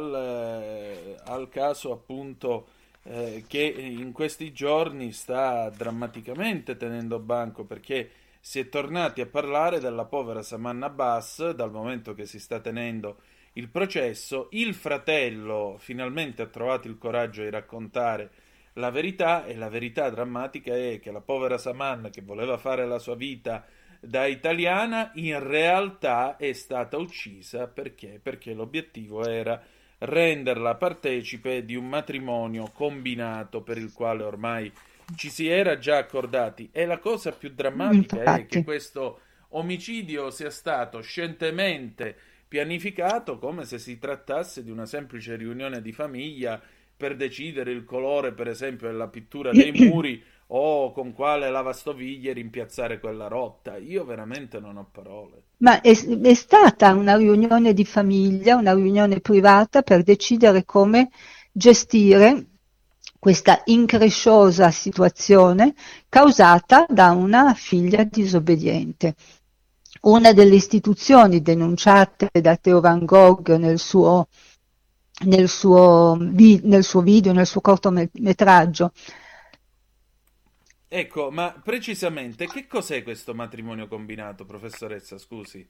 al, al caso appunto eh, che in questi giorni sta drammaticamente tenendo banco, perché si è tornati a parlare della povera Saman Abbas dal momento che si sta tenendo il processo. Il fratello finalmente ha trovato il coraggio di raccontare la verità, e la verità drammatica è che la povera Saman, che voleva fare la sua vita da italiana, in realtà è stata uccisa perché? Perché l'obiettivo era renderla partecipe di un matrimonio combinato per il quale ormai ci si era già accordati. E la cosa più drammatica Infatti. è che questo omicidio sia stato scientemente pianificato, come se si trattasse di una semplice riunione di famiglia per decidere il colore, per esempio, della pittura dei muri o con quale lavastoviglie rimpiazzare quella rotta. Io veramente non ho parole. Ma è, è stata una riunione di famiglia, una riunione privata per decidere come gestire questa incresciosa situazione causata da una figlia disobbediente. Una delle istituzioni denunciate da Theo Van Gogh nel suo, nel suo, nel suo video, nel suo cortometraggio. Ecco, ma precisamente che cos'è questo matrimonio combinato, professoressa, scusi?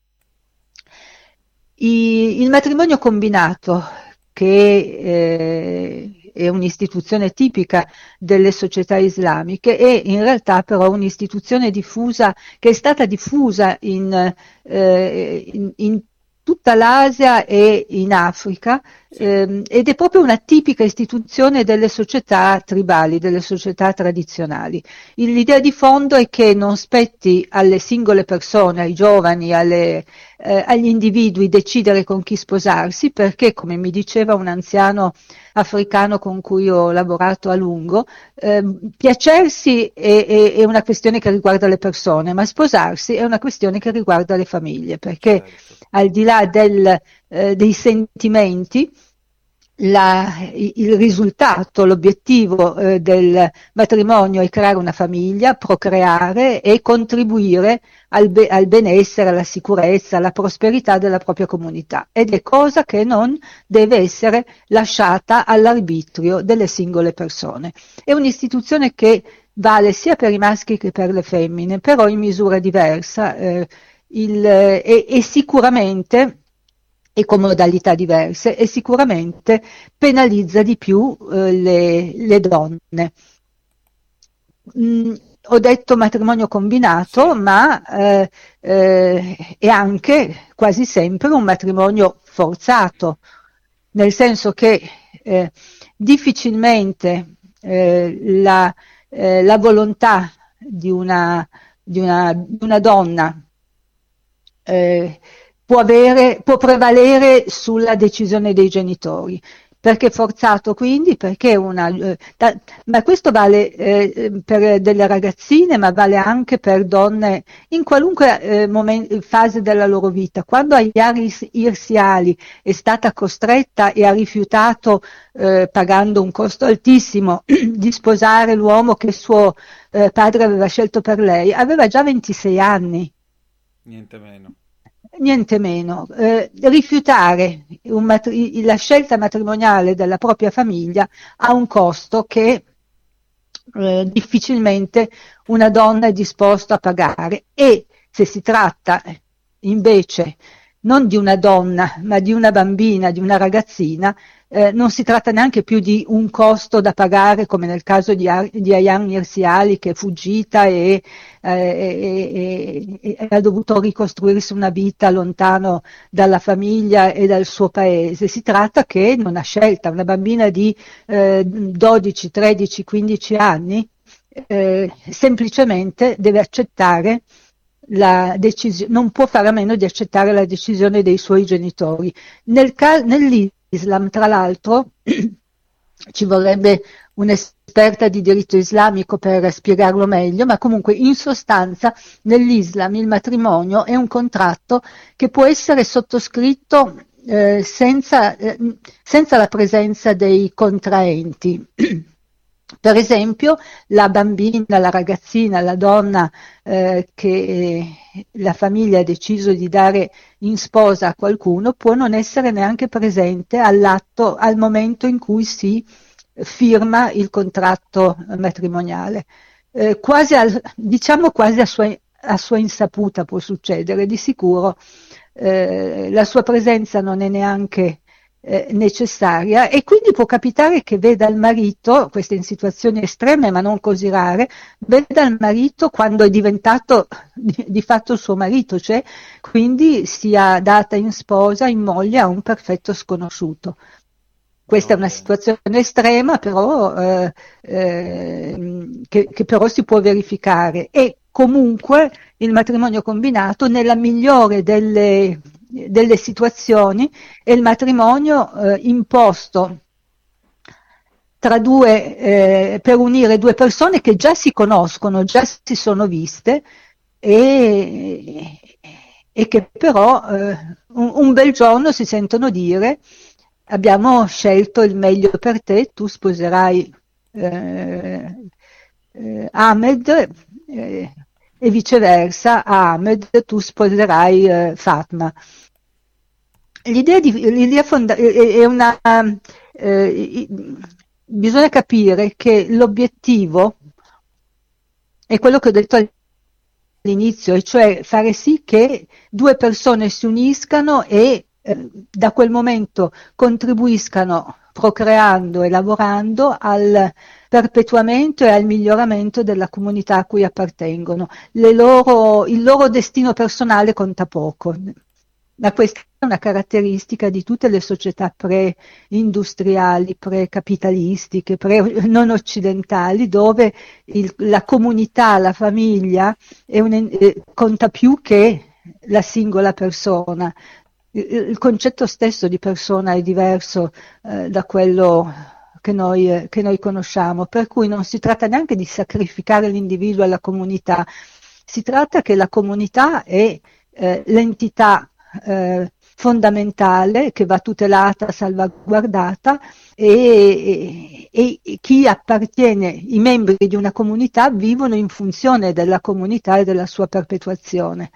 I, il matrimonio combinato, che eh, è un'istituzione tipica delle società islamiche, è in realtà però un'istituzione diffusa, che è stata diffusa in, eh, in, in tutta l'Asia e in Africa, Sì. ehm, ed è proprio una tipica istituzione delle società tribali, delle società tradizionali. Il- L'idea di fondo è che non spetti alle singole persone, ai giovani, alle, eh, agli individui decidere con chi sposarsi, perché, come mi diceva un anziano africano con cui ho lavorato a lungo, ehm, piacersi è, è- è una questione che riguarda le persone, ma sposarsi è una questione che riguarda le famiglie, perché Certo. al di là del, eh, dei sentimenti, la- il risultato, l'obiettivo eh, del matrimonio è creare una famiglia, procreare e contribuire al, be- al benessere, alla sicurezza, alla prosperità della propria comunità, ed è cosa che non deve essere lasciata all'arbitrio delle singole persone. È un'istituzione che vale sia per i maschi che per le femmine, però in misura diversa, eh, il- e, e sicuramente e con modalità diverse, e sicuramente penalizza di più eh, le, le donne. Mm, ho detto matrimonio combinato, Sì. ma eh, eh, è anche quasi sempre un matrimonio forzato. nel senso che eh, difficilmente eh, la, eh, la volontà di una, di una, di una donna eh, può avere, può prevalere sulla decisione dei genitori. Perché forzato quindi? Perché una, eh, da, ma questo vale eh, per delle ragazzine, ma vale anche per donne in qualunque eh, momen- fase della loro vita. Quando agli anni irsiali è stata costretta e ha rifiutato, eh, pagando un costo altissimo, di sposare l'uomo che suo eh, padre aveva scelto per lei, aveva già ventisei anni. Niente meno. Niente meno, eh, rifiutare un matri- la scelta matrimoniale della propria famiglia ha un costo che eh, difficilmente una donna è disposta a pagare, e se si tratta invece non di una donna ma di una bambina, di una ragazzina, eh, non si tratta neanche più di un costo da pagare come nel caso di, Ar- di Ayaan Hirsi Ali, che è fuggita e, eh, e- e- e ha dovuto ricostruirsi una vita lontano dalla famiglia e dal suo paese. Si tratta che non ha scelta, una bambina di eh, dodici, tredici, quindici anni eh, semplicemente deve accettare la decisione, non può fare a meno di accettare la decisione dei suoi genitori. Nel ca- nell'Islam, tra l'altro, ci vorrebbe un'esperta di diritto islamico per spiegarlo meglio, ma comunque in sostanza nell'Islam il matrimonio è un contratto che può essere sottoscritto eh, senza, eh, senza la presenza dei contraenti. Per esempio, la bambina, la ragazzina, la donna eh, che la famiglia ha deciso di dare in sposa a qualcuno può non essere neanche presente all'atto, al momento in cui si firma il contratto matrimoniale. Eh, quasi al, diciamo quasi a sua, a sua insaputa può succedere, di sicuro eh, la sua presenza non è neanche Eh, necessaria, e quindi può capitare che veda il marito, queste in situazioni estreme ma non così rare, veda il marito quando è diventato di, di fatto suo marito, cioè quindi sia data in sposa, in moglie a un perfetto sconosciuto. Questa è una situazione estrema, però eh, eh, che, che però si può verificare, e comunque il matrimonio combinato nella migliore delle delle situazioni è il matrimonio eh, imposto tra due, eh, per unire due persone che già si conoscono, già si sono viste e, e che però eh, un, un bel giorno si sentono dire: abbiamo scelto il meglio per te, tu sposerai eh, eh, Ahmed eh, e viceversa, Ahmed, tu sposerai eh, Fatma. L'idea, di, l'idea fonda- è una, eh, bisogna capire che l'obiettivo è quello che ho detto all'inizio, e cioè fare sì che due persone si uniscano e eh, da quel momento contribuiscano, procreando e lavorando, al perpetuamento e al miglioramento della comunità a cui appartengono. Le loro, il loro destino personale conta poco. Ma questa è una caratteristica di tutte le società pre-industriali, pre-capitalistiche, pre-non occidentali, dove il, la comunità, la famiglia è un, eh, conta più che la singola persona. Il, il concetto stesso di persona è diverso eh, da quello che noi, eh, che noi conosciamo, per cui non si tratta neanche di sacrificare l'individuo alla comunità, si tratta che la comunità è eh, l'entità Eh, fondamentale che va tutelata, salvaguardata, e, e, e chi appartiene, i membri di una comunità vivono in funzione della comunità e della sua perpetuazione.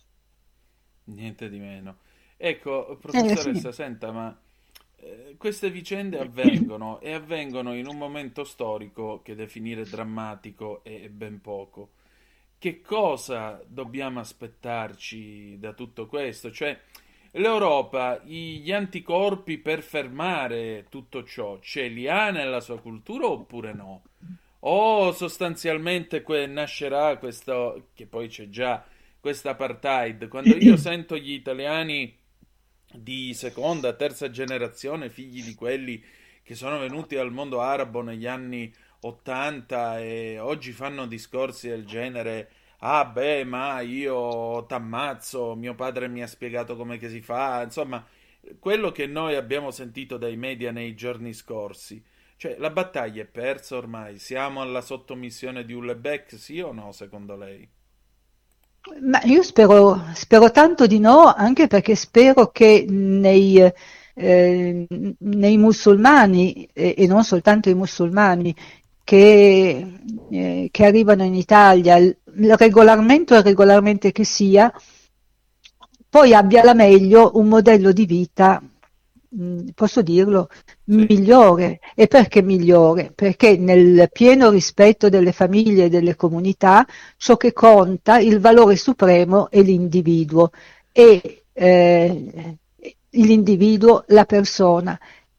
Niente di meno. Ecco, professoressa, Eh, sì. senta, ma eh, queste vicende avvengono e avvengono in un momento storico che definire drammatico è ben poco. Che cosa dobbiamo aspettarci da tutto questo? Cioè, l'Europa, gli anticorpi per fermare tutto ciò, ce li ha nella sua cultura oppure no? O sostanzialmente que- nascerà questo, che poi c'è già, questa apartheid? Quando io sento gli italiani di seconda, terza generazione, figli di quelli che sono venuti dal mondo arabo negli anni ottanta e oggi fanno discorsi del genere: ah beh, ma io t'ammazzo, mio padre mi ha spiegato come che si fa, insomma, quello che noi abbiamo sentito dai media nei giorni scorsi. Cioè, la battaglia è persa ormai, siamo alla sottomissione di Ullebeck, sì o no, secondo lei? Ma io spero, spero tanto di no, anche perché spero che nei, eh, nei musulmani, e, e non soltanto i musulmani, che, eh, che arrivano in Italia, il- regolarmente o irregolarmente che sia, poi abbia la meglio un modello di vita, mh, posso dirlo, Sì, migliore. E perché migliore? Perché nel pieno rispetto delle famiglie e delle comunità, ciò che conta, il valore supremo è l'individuo e eh, l'individuo, la persona.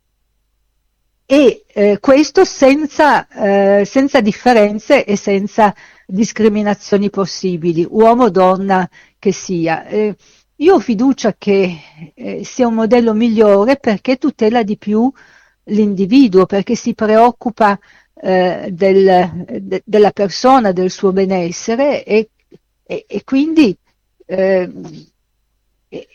E eh, questo senza, eh, senza differenze e senza discriminazioni possibili, uomo o donna che sia. Eh, io ho fiducia che eh, sia un modello migliore perché tutela di più l'individuo, perché si preoccupa eh, del- de- della persona, del suo benessere e, e- e quindi, eh, e,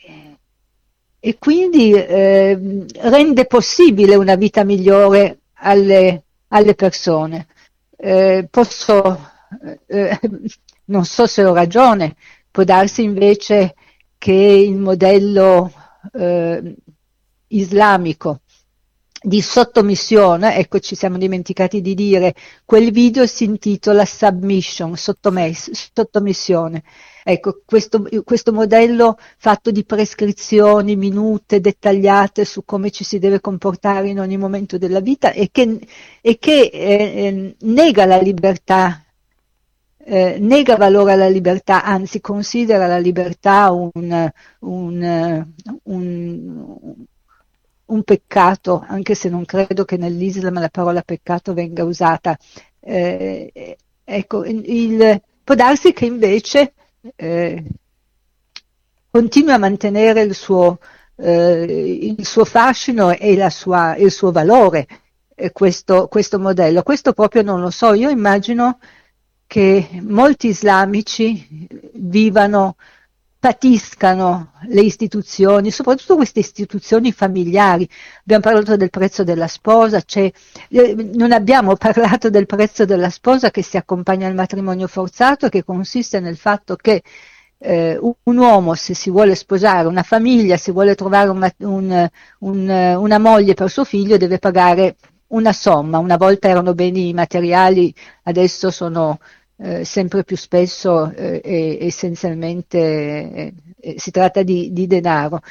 e quindi eh, rende possibile una vita migliore alle, alle persone. Eh, posso, eh, non so se ho ragione, può darsi invece che il modello eh, islamico di sottomissione, ecco, ci siamo dimenticati di dire, quel video si intitola Submission, sì, sottomess- sottomissione. Ecco, questo, questo modello fatto di prescrizioni minute, dettagliate su come ci si deve comportare in ogni momento della vita e che, e che eh, eh, nega la libertà, eh, nega valore alla libertà, anzi considera la libertà un, un, eh, un, un peccato, anche se non credo che nell'Islam la parola peccato venga usata. Eh, ecco, il, può darsi che invece eh, continui a mantenere il suo, eh, il suo fascino e la sua, il suo valore, eh, questo, questo modello. Questo proprio non lo so. Io immagino che molti islamici vivano, patiscano le istituzioni, soprattutto queste istituzioni familiari. Abbiamo parlato del prezzo della sposa, cioè, eh, non abbiamo parlato del prezzo della sposa che si accompagna al matrimonio forzato, che consiste nel fatto che eh, un uomo, se si vuole sposare, una famiglia, se vuole trovare un, un, un, una moglie per suo figlio, deve pagare una somma. Una volta erano beni materiali, adesso sono eh, sempre più spesso eh, e, essenzialmente eh, eh, si tratta di, di denaro.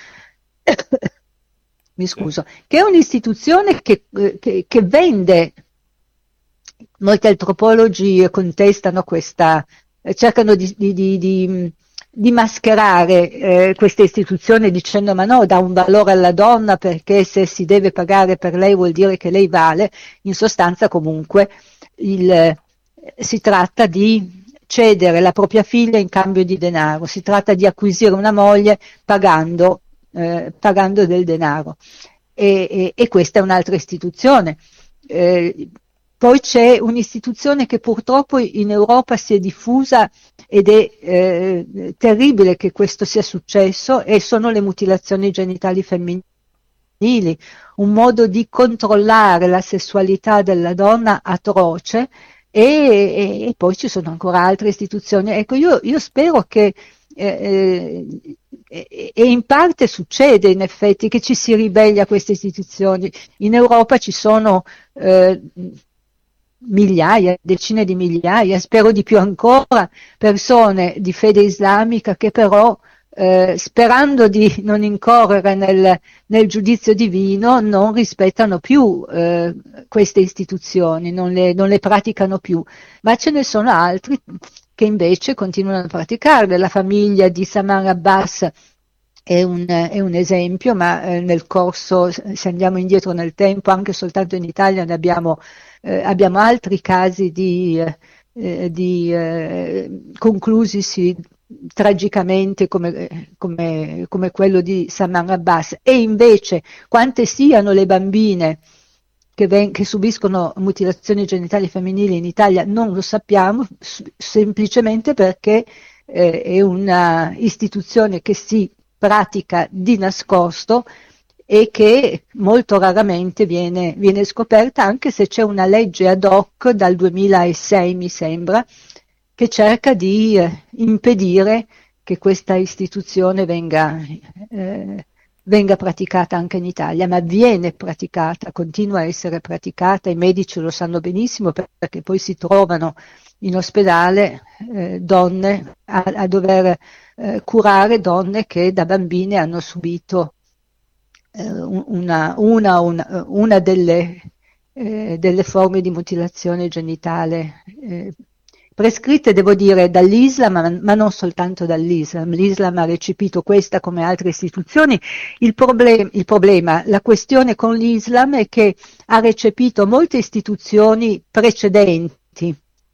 Mi sì, scuso, che è un'istituzione che, eh, che, che vende. Molti antropologi contestano questa, eh, cercano di, di, di, di, di mascherare eh, questa istituzione dicendo ma no, dà un valore alla donna perché se si deve pagare per lei vuol dire che lei vale. In sostanza comunque il, eh, si tratta di cedere la propria figlia in cambio di denaro, si tratta di acquisire una moglie pagando, eh, pagando del denaro e, e, e questa è un'altra istituzione. Eh, Poi c'è un'istituzione che purtroppo in Europa si è diffusa ed è eh, terribile che questo sia successo e sono le mutilazioni genitali femminili, un modo di controllare la sessualità della donna atroce e, e, e poi ci sono ancora altre istituzioni. Ecco, io, io spero che eh, e, e in parte succede in effetti che ci si ribelli a queste istituzioni. In Europa ci sono eh, migliaia, decine di migliaia, spero di più ancora, persone di fede islamica che però, eh, sperando di non incorrere nel, nel giudizio divino, non rispettano più eh, queste istituzioni, non le, non le praticano più, ma ce ne sono altri che invece continuano a praticarle. La famiglia di Saman Abbas è un, è un esempio, ma eh, nel corso, se andiamo indietro nel tempo, anche soltanto in Italia ne abbiamo Eh, abbiamo altri casi di, eh, di eh, conclusisi tragicamente come, come, come quello di Saman Abbas, e invece quante siano le bambine che, ven- che subiscono mutilazioni genitali femminili in Italia non lo sappiamo, s- semplicemente perché eh, è una istituzione che si pratica di nascosto e che molto raramente viene, viene scoperta, anche se c'è una legge ad hoc dal duemilasei, mi sembra, che cerca di eh, impedire che questa istituzione venga, eh, venga praticata anche in Italia, ma viene praticata, continua a essere praticata, i medici lo sanno benissimo, perché poi si trovano in ospedale eh, donne a, a dover eh, curare donne che da bambine hanno subito eh, una, una, una, una delle, eh, delle forme di mutilazione genitale eh, prescritte, devo dire, dall'Islam, ma, ma non soltanto dall'Islam. L'Islam ha recepito questa come altre istituzioni. Il, problem- il problema, la questione con l'Islam è che ha recepito molte istituzioni precedenti,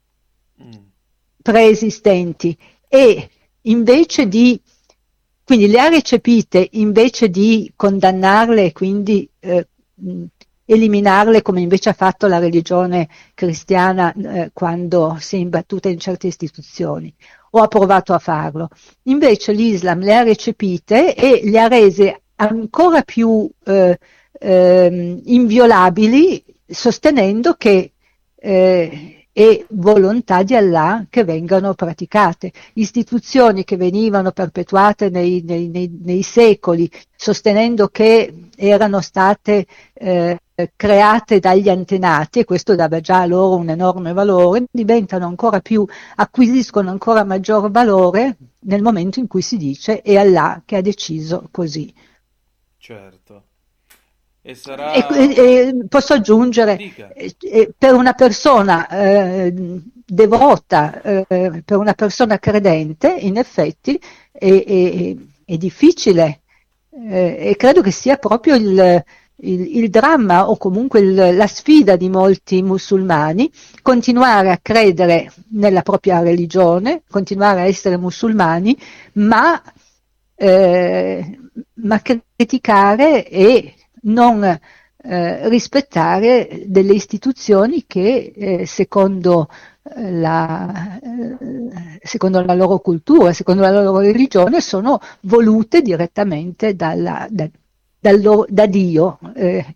preesistenti, e invece di, quindi le ha recepite invece di condannarle e quindi eh, eliminarle, come invece ha fatto la religione cristiana eh, quando si è imbattuta in certe istituzioni, o ha provato a farlo. Invece l'Islam le ha recepite e le ha rese ancora più eh, eh, inviolabili, sostenendo che eh, è volontà di Allah che vengano praticate. Istituzioni che venivano perpetuate nei, nei, nei, nei secoli, sostenendo che erano state eh, create dagli antenati, e questo dava già a loro un enorme valore, diventano ancora più, acquisiscono ancora maggior valore nel momento in cui si dice è Allah che ha deciso così. Certo. E sarà... E, e, posso aggiungere, eh, per una persona eh, devota, eh, per una persona credente, in effetti è, è, è difficile, eh, e credo che sia proprio il, il, il dramma, o comunque il, la sfida di molti musulmani, continuare a credere nella propria religione, continuare a essere musulmani, ma, eh, ma criticare e non eh, rispettare delle istituzioni che eh, secondo, eh, la, eh, secondo la loro cultura, secondo la loro religione, sono volute direttamente dalla, da, dal loro, da Dio. Eh,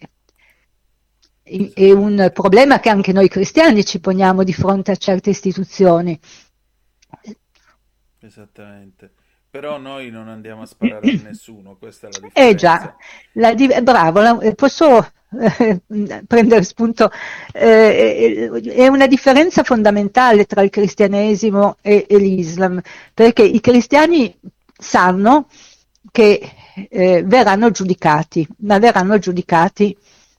è un problema che anche noi cristiani ci poniamo di fronte a certe istituzioni. Esattamente. Però noi non andiamo a sparare a nessuno, questa è la differenza. Eh già, la di- bravo, la- posso eh, prendere spunto, eh, è una differenza fondamentale tra il cristianesimo e, e l'Islam, perché i cristiani sanno che eh, verranno giudicati, ma verranno giudicati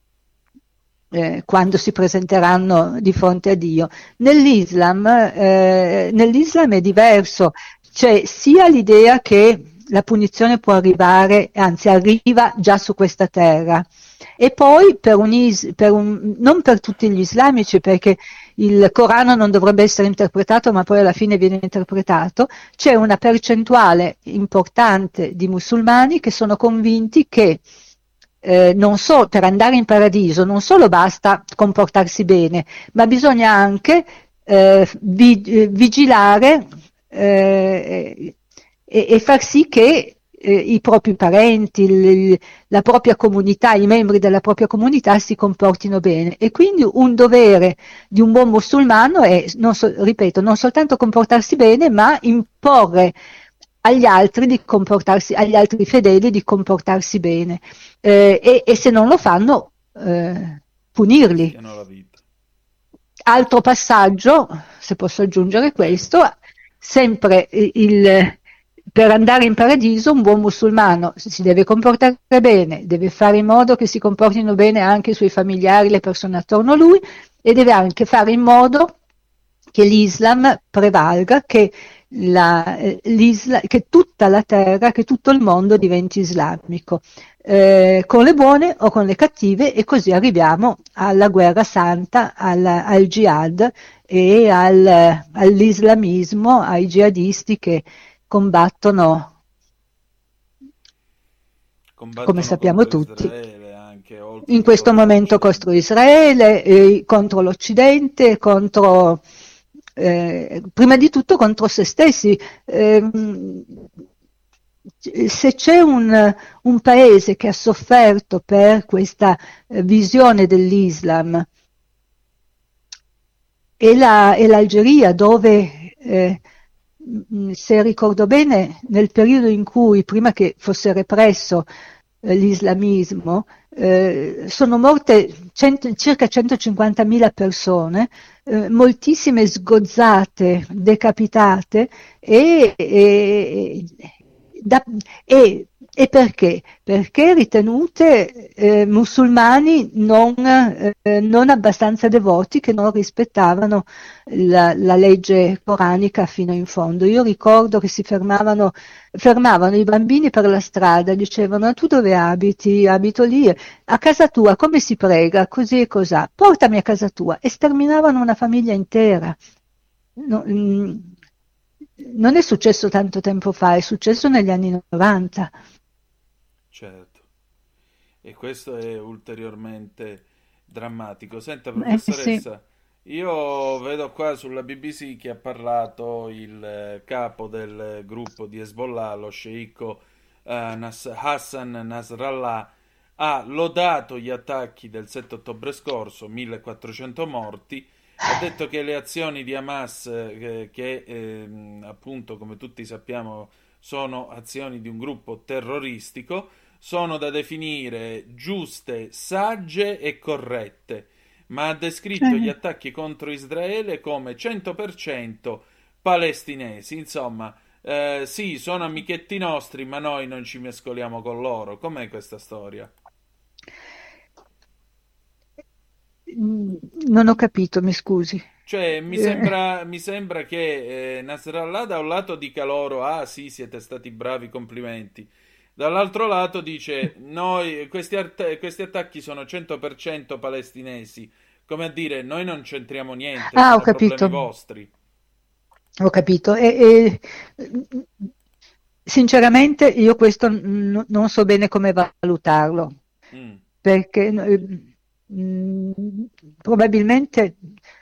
eh, quando si presenteranno di fronte a Dio. Nell'Islam, eh, nell'Islam è diverso. C'è sia l'idea che la punizione può arrivare, anzi arriva già su questa terra, e poi per un, is, per un non per tutti gli islamici, perché il Corano non dovrebbe essere interpretato, ma poi alla fine viene interpretato, c'è una percentuale importante di musulmani che sono convinti che eh, non so, per andare in paradiso non solo basta comportarsi bene, ma bisogna anche eh, vi, eh, vigilare Eh, e, e far sì che eh, i propri parenti, il, la propria comunità, i membri della propria comunità si comportino bene, e quindi un dovere di un buon musulmano è, non so, ripeto, non soltanto comportarsi bene, ma imporre agli altri di comportarsi, agli altri fedeli di comportarsi bene, eh, e, e se non lo fanno eh, punirli. Altro passaggio, se posso aggiungere questo, sempre il, per andare in paradiso un buon musulmano si deve comportare bene, deve fare in modo che si comportino bene anche i suoi familiari, le persone attorno a lui, e deve anche fare in modo che l'Islam prevalga, che, la, l'Islam, che tutta la terra, che tutto il mondo diventi islamico, eh, con le buone o con le cattive, e così arriviamo alla guerra santa, al, al jihad e al, all'islamismo, ai jihadisti che combattono, Combattono come sappiamo contro tutti, Israele anche oltre in che questo contro momento l'Occidente. contro Israele, eh, contro l'Occidente, contro, eh, prima di tutto contro se stessi. Ehm, se c'è un, un paese che ha sofferto per questa eh, visione dell'Islam, è la- è l'Algeria, dove, eh, mh, se ricordo bene, nel periodo in cui, prima che fosse represso eh, l'islamismo, eh, sono morte cento circa centocinquantamila persone, eh, moltissime sgozzate, decapitate, e, e, da- e- e perché? Perché ritenute eh, musulmani non, eh, non abbastanza devoti, che non rispettavano la, la legge coranica fino in fondo. Io ricordo che si fermavano, fermavano i bambini per la strada, dicevano: tu dove abiti? Abito lì. A casa tua come si prega? Così e cosà. Portami a casa tua. E sterminavano una famiglia intera. No, mm, non è successo tanto tempo fa, è successo negli anni novanta. Certo. E questo è ulteriormente drammatico. Senta, Eh sì. professoressa, io vedo qua sulla B B C che ha parlato il eh, capo del gruppo di Hezbollah, lo sceicco eh, Nas- Hassan Nasrallah, ha lodato gli attacchi del sette ottobre scorso, millequattrocento morti, ha detto che le azioni di Hamas, eh, che ehm, appunto, come tutti sappiamo, sono azioni di un gruppo terroristico, sono da definire giuste, sagge e corrette, ma ha descritto gli Eh. attacchi contro Israele come cento per cento palestinesi. Insomma, eh, sì, sono amichetti nostri, ma noi non ci mescoliamo con loro. Com'è questa storia? Mm, Non ho capito, mi scusi. Cioè, mi Eh, sembra, mi sembra che eh, Nasrallah da un lato dica loro, ah sì, siete stati bravi, complimenti. Dall'altro lato dice, noi, questi, art- questi attacchi sono cento per cento palestinesi. Come a dire, noi non c'entriamo niente, ah, ho sono problemi capito, vostri. ho capito. E, e, sinceramente io questo n- non so bene come valutarlo, Mm, perché eh, mm, probabilmente,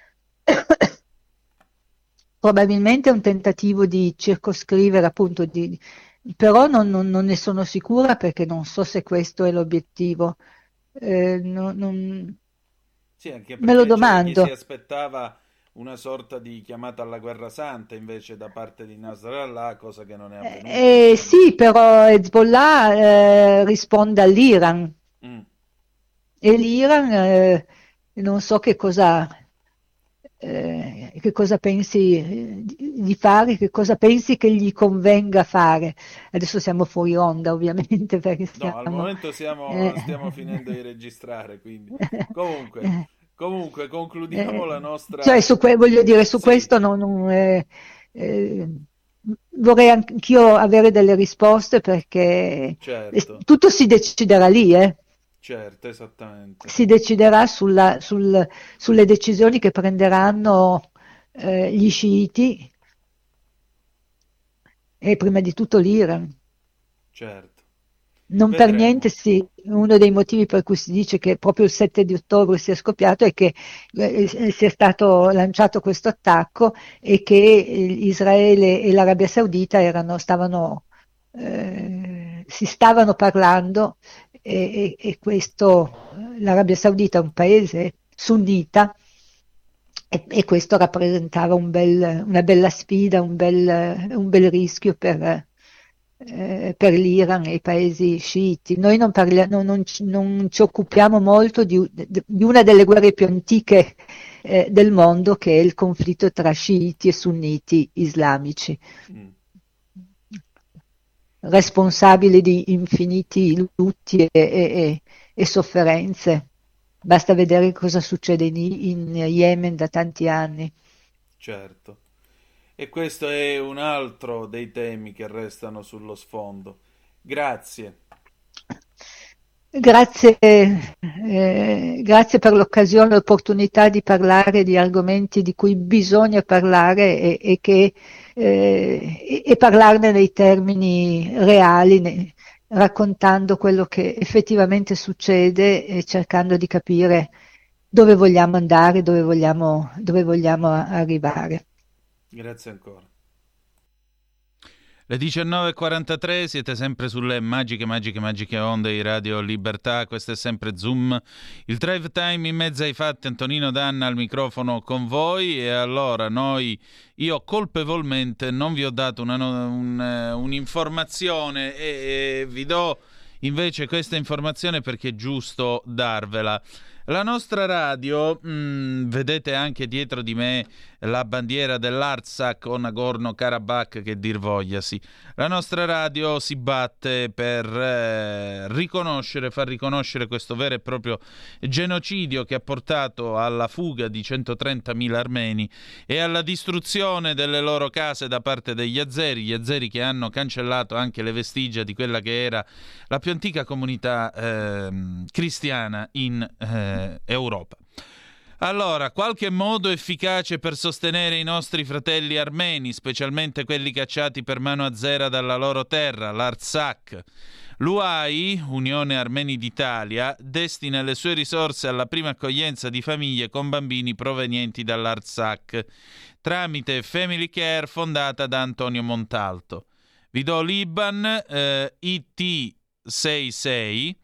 probabilmente è un tentativo di circoscrivere, appunto, di, però non, non- non ne sono sicura, perché non so se questo è l'obiettivo. Eh, no- non- sì, anche me lo perché c'era chi si domando. aspettava una sorta di chiamata alla guerra santa invece da parte di Nasrallah, cosa che non è avvenuta, Eh, insomma. sì, però Hezbollah eh, risponde all'Iran, Mm, e l'Iran, eh, non so che cosa, eh, che cosa pensi eh, di di fare, che cosa pensi che gli convenga fare. Adesso siamo fuori onda, ovviamente, perché no, al stiamo... momento eh, siamo, stiamo finendo di registrare, quindi. Comunque, eh, comunque, concludiamo la eh, cioè, nostra... su que- voglio dire, su Sì, questo non, non, eh, eh, vorrei anch'io avere delle risposte, perché eh, certo, tutto si deciderà lì, eh. certo, esattamente. Si deciderà sulla- sul- sulle decisioni che prenderanno eh, gli sciiti, e prima di tutto l'Iran. Certo, Non per niente, vedremo. sì, uno dei motivi per cui si dice che proprio il sette di ottobre sia scoppiato è che eh, eh, sia stato lanciato questo attacco, e che eh, Israele e l'Arabia Saudita erano, stavano, eh, si stavano parlando, e, e- e questo, eh, l'Arabia Saudita è un paese sunnita, e, e questo rappresentava un bel- una bella sfida, un bel, un bel rischio per, eh, per l'Iran e i paesi sciiti. Noi non, parlia- non- non ci non ci occupiamo molto di, di una delle guerre più antiche eh, del mondo, che è il conflitto tra sciiti e sunniti islamici, Mm, responsabile di infiniti lutti e, e- e sofferenze. Basta vedere cosa succede in, in Yemen da tanti anni. certo. E questo è un altro dei temi che restano sullo sfondo. Grazie. Grazie, eh, grazie per l'occasione e l'opportunità di parlare di argomenti di cui bisogna parlare e, e, che, eh, e, e parlarne nei termini reali, ne, raccontando quello che effettivamente succede e cercando di capire dove vogliamo andare, dove vogliamo, dove vogliamo arrivare. Grazie ancora. Le diciannove e quarantatré, siete sempre sulle magiche, magiche, magiche onde di Radio Libertà. Questo è sempre Zoom, il drive time in mezzo ai fatti. Antonino Danna al microfono con voi. E allora noi, io colpevolmente non vi ho dato una, un, un'informazione e, e vi do invece questa informazione perché è giusto darvela. La nostra radio, mh, vedete anche dietro di me la bandiera dell'Artsakh o Nagorno-Karabakh, che dir vogliasi. La nostra radio si batte per eh, riconoscere, far riconoscere questo vero e proprio genocidio che ha portato alla fuga di centotrentamila armeni e alla distruzione delle loro case da parte degli azeri, gli azeri che hanno cancellato anche le vestigia di quella che era la più antica comunità eh, cristiana in eh, Europa. Allora, qualche modo efficace per sostenere i nostri fratelli armeni, specialmente quelli cacciati per mano azera dalla loro terra, l'Artsakh. L'U A I, Unione Armeni d'Italia, destina le sue risorse alla prima accoglienza di famiglie con bambini provenienti dall'Artsakh, tramite Family Care fondata da Antonio Montalto. Vi do l'I B A N, eh, I T sessantasei,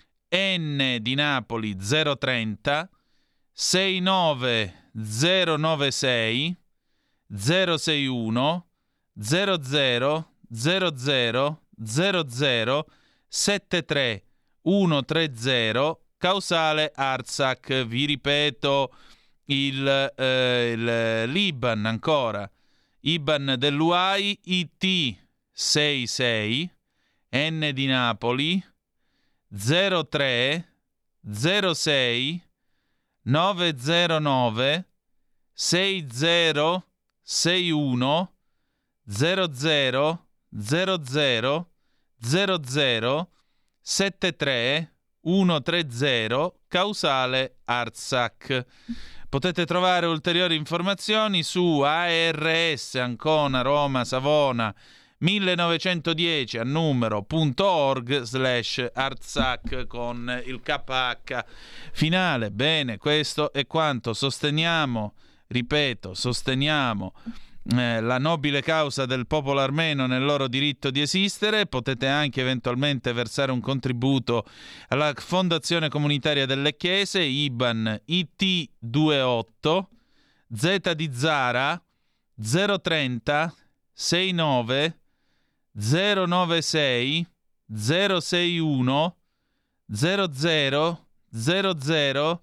N di Napoli zero trenta, sei nove zero nove sei zero sei uno zero zero zero zero zero zero sette tre uno tre zero, causale Artsakh. Vi ripeto il, eh, il, l'I B A N ancora, I B A N dell'U A I, I T sessantasei, N di Napoli zero tre zero sei nove zero nove sei zero sei uno zero zero zero zero zero zero sette tre uno tre zero, causale Artsakh. Potete trovare ulteriori informazioni su A R S Ancona Roma Savona millenovecentodieci a numero punto org slash Artsakh con il K H finale. Bene, questo è quanto. Sosteniamo, ripeto, sosteniamo eh, la nobile causa del popolo armeno nel loro diritto di esistere. Potete anche eventualmente versare un contributo alla Fondazione Comunitaria delle Chiese, I B A N I T ventotto Z di Zara zero trenta sessantanove zero novantasei zero sessantuno zero zero zero zero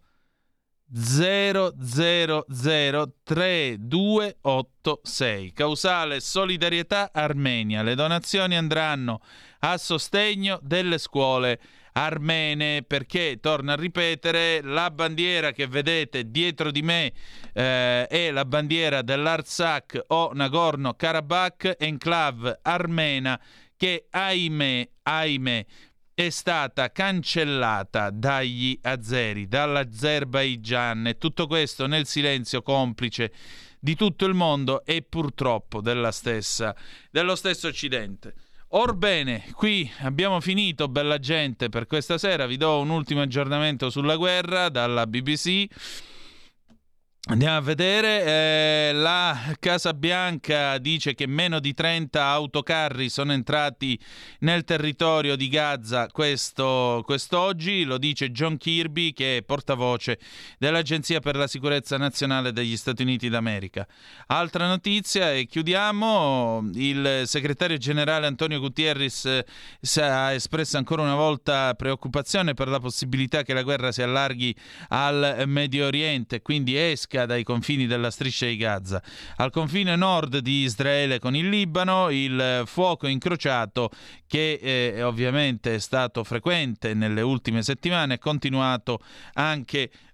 zero zero zero tre due otto sei, causale Solidarietà Armenia. Le donazioni andranno a sostegno delle scuole armene, perché, torno a ripetere, la bandiera che vedete dietro di me eh, è la bandiera dell'Artsakh o Nagorno-Karabakh, enclave armena che ahimè, ahimè è stata cancellata dagli azeri, dall'Azerbaigian, e tutto questo nel silenzio complice di tutto il mondo e purtroppo della stessa, dello stesso Occidente. Orbene, qui abbiamo finito, bella gente, per questa sera. Vi do un ultimo aggiornamento sulla guerra dalla B B C. Andiamo a vedere, eh, la Casa Bianca dice che meno di trenta autocarri sono entrati nel territorio di Gaza questo, quest'oggi, lo dice John Kirby, che è portavoce dell'Agenzia per la Sicurezza Nazionale degli Stati Uniti d'America. Altra notizia, e chiudiamo, il segretario generale Antonio Guterres eh, ha espresso ancora una volta preoccupazione per la possibilità che la guerra si allarghi al Medio Oriente, quindi esca dai confini della striscia di Gaza. Al confine nord di Israele con il Libano, il fuoco incrociato, che eh, ovviamente è stato frequente nelle ultime settimane, è continuato anche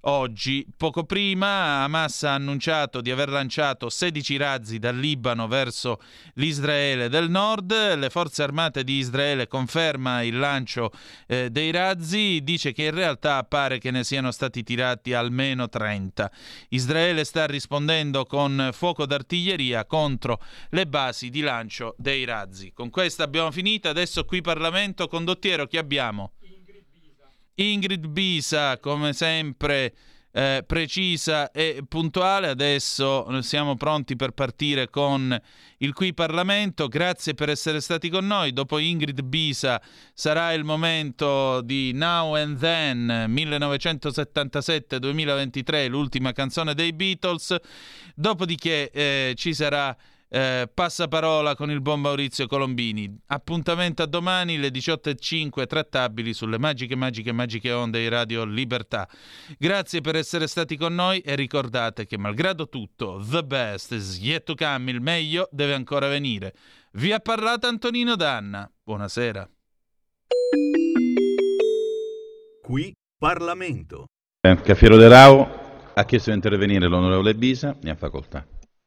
oggi. Poco prima Hamas ha annunciato di aver lanciato sedici razzi dal Libano verso l'Israele del Nord. Le forze armate di Israele conferma il lancio eh, dei razzi, dice che in realtà pare che ne siano stati tirati almeno trenta. Israele sta rispondendo con fuoco d'artiglieria contro le basi di lancio dei razzi. Con questa abbiamo finito. Adesso qui Parlamento, condottiero, chi abbiamo? Ingrid Bisa, come sempre eh, precisa e puntuale. Adesso siamo pronti per partire con il Qui Parlamento. Grazie per essere stati con noi. Dopo Ingrid Bisa sarà il momento di Now and Then millenovecentosettantasette duemilaventitré, l'ultima canzone dei Beatles. Dopodiché eh, ci sarà Eh, passaparola con il buon Maurizio Colombini. Appuntamento a domani, le diciotto e cinque, trattabili sulle magiche, magiche, magiche onde di Radio Libertà. Grazie per essere stati con noi e ricordate che malgrado tutto, the best is yet to come, il meglio deve ancora venire. Vi ha parlato Antonino Danna. Buonasera. Qui Parlamento. Eh, Cafiero De Rao ha chiesto di intervenire l'onorevole Bisa, ne ha facoltà.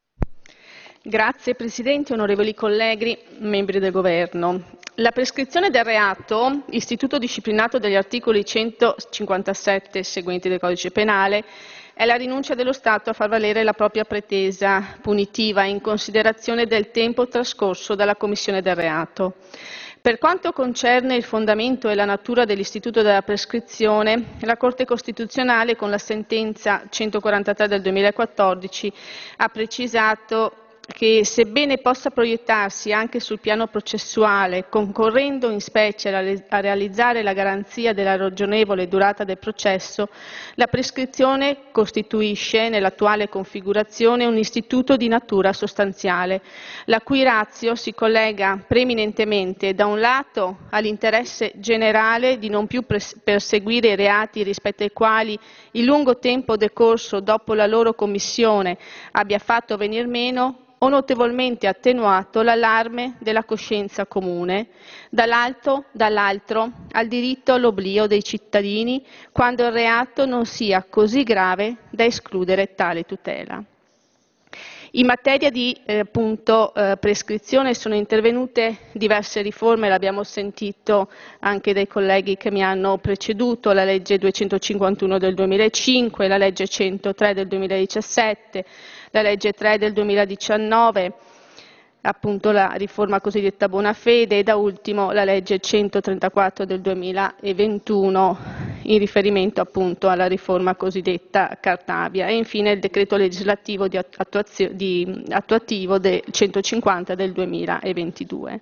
Grazie Presidente, onorevoli colleghi, membri del Governo. La prescrizione del reato, istituto disciplinato dagli articoli centocinquantasette e seguenti del Codice Penale, è la rinuncia dello Stato a far valere la propria pretesa punitiva in considerazione del tempo trascorso dalla commissione del reato. Per quanto concerne il fondamento e la natura dell'istituto della prescrizione, la Corte Costituzionale, con la sentenza centoquarantatré del duemilaquattordici, ha precisato che, sebbene possa proiettarsi anche sul piano processuale, concorrendo in specie a realizzare la garanzia della ragionevole durata del processo, la prescrizione costituisce, nell'attuale configurazione, un istituto di natura sostanziale, la cui ratio si collega preminentemente, da un lato, all'interesse generale di non più perseguire i reati rispetto ai quali il lungo tempo decorso dopo la loro commissione abbia fatto venir meno o notevolmente attenuato l'allarme della coscienza comune, dall'altro, dall'altro al diritto all'oblio dei cittadini quando il reato non sia così grave da escludere tale tutela. In materia di eh, appunto, eh, prescrizione sono intervenute diverse riforme, l'abbiamo sentito anche dai colleghi che mi hanno preceduto, la legge duecentocinquantuno del duemilacinque, la legge centotré del duemiladiciassette, la legge tre del duemiladiciannove, appunto la riforma cosiddetta Bonafede, e da ultimo la legge centotrentaquattro del duemilaventuno in riferimento appunto alla riforma cosiddetta Cartabia, e infine il decreto legislativo di attuazio- di attuativo del centocinquanta del duemilaventidue.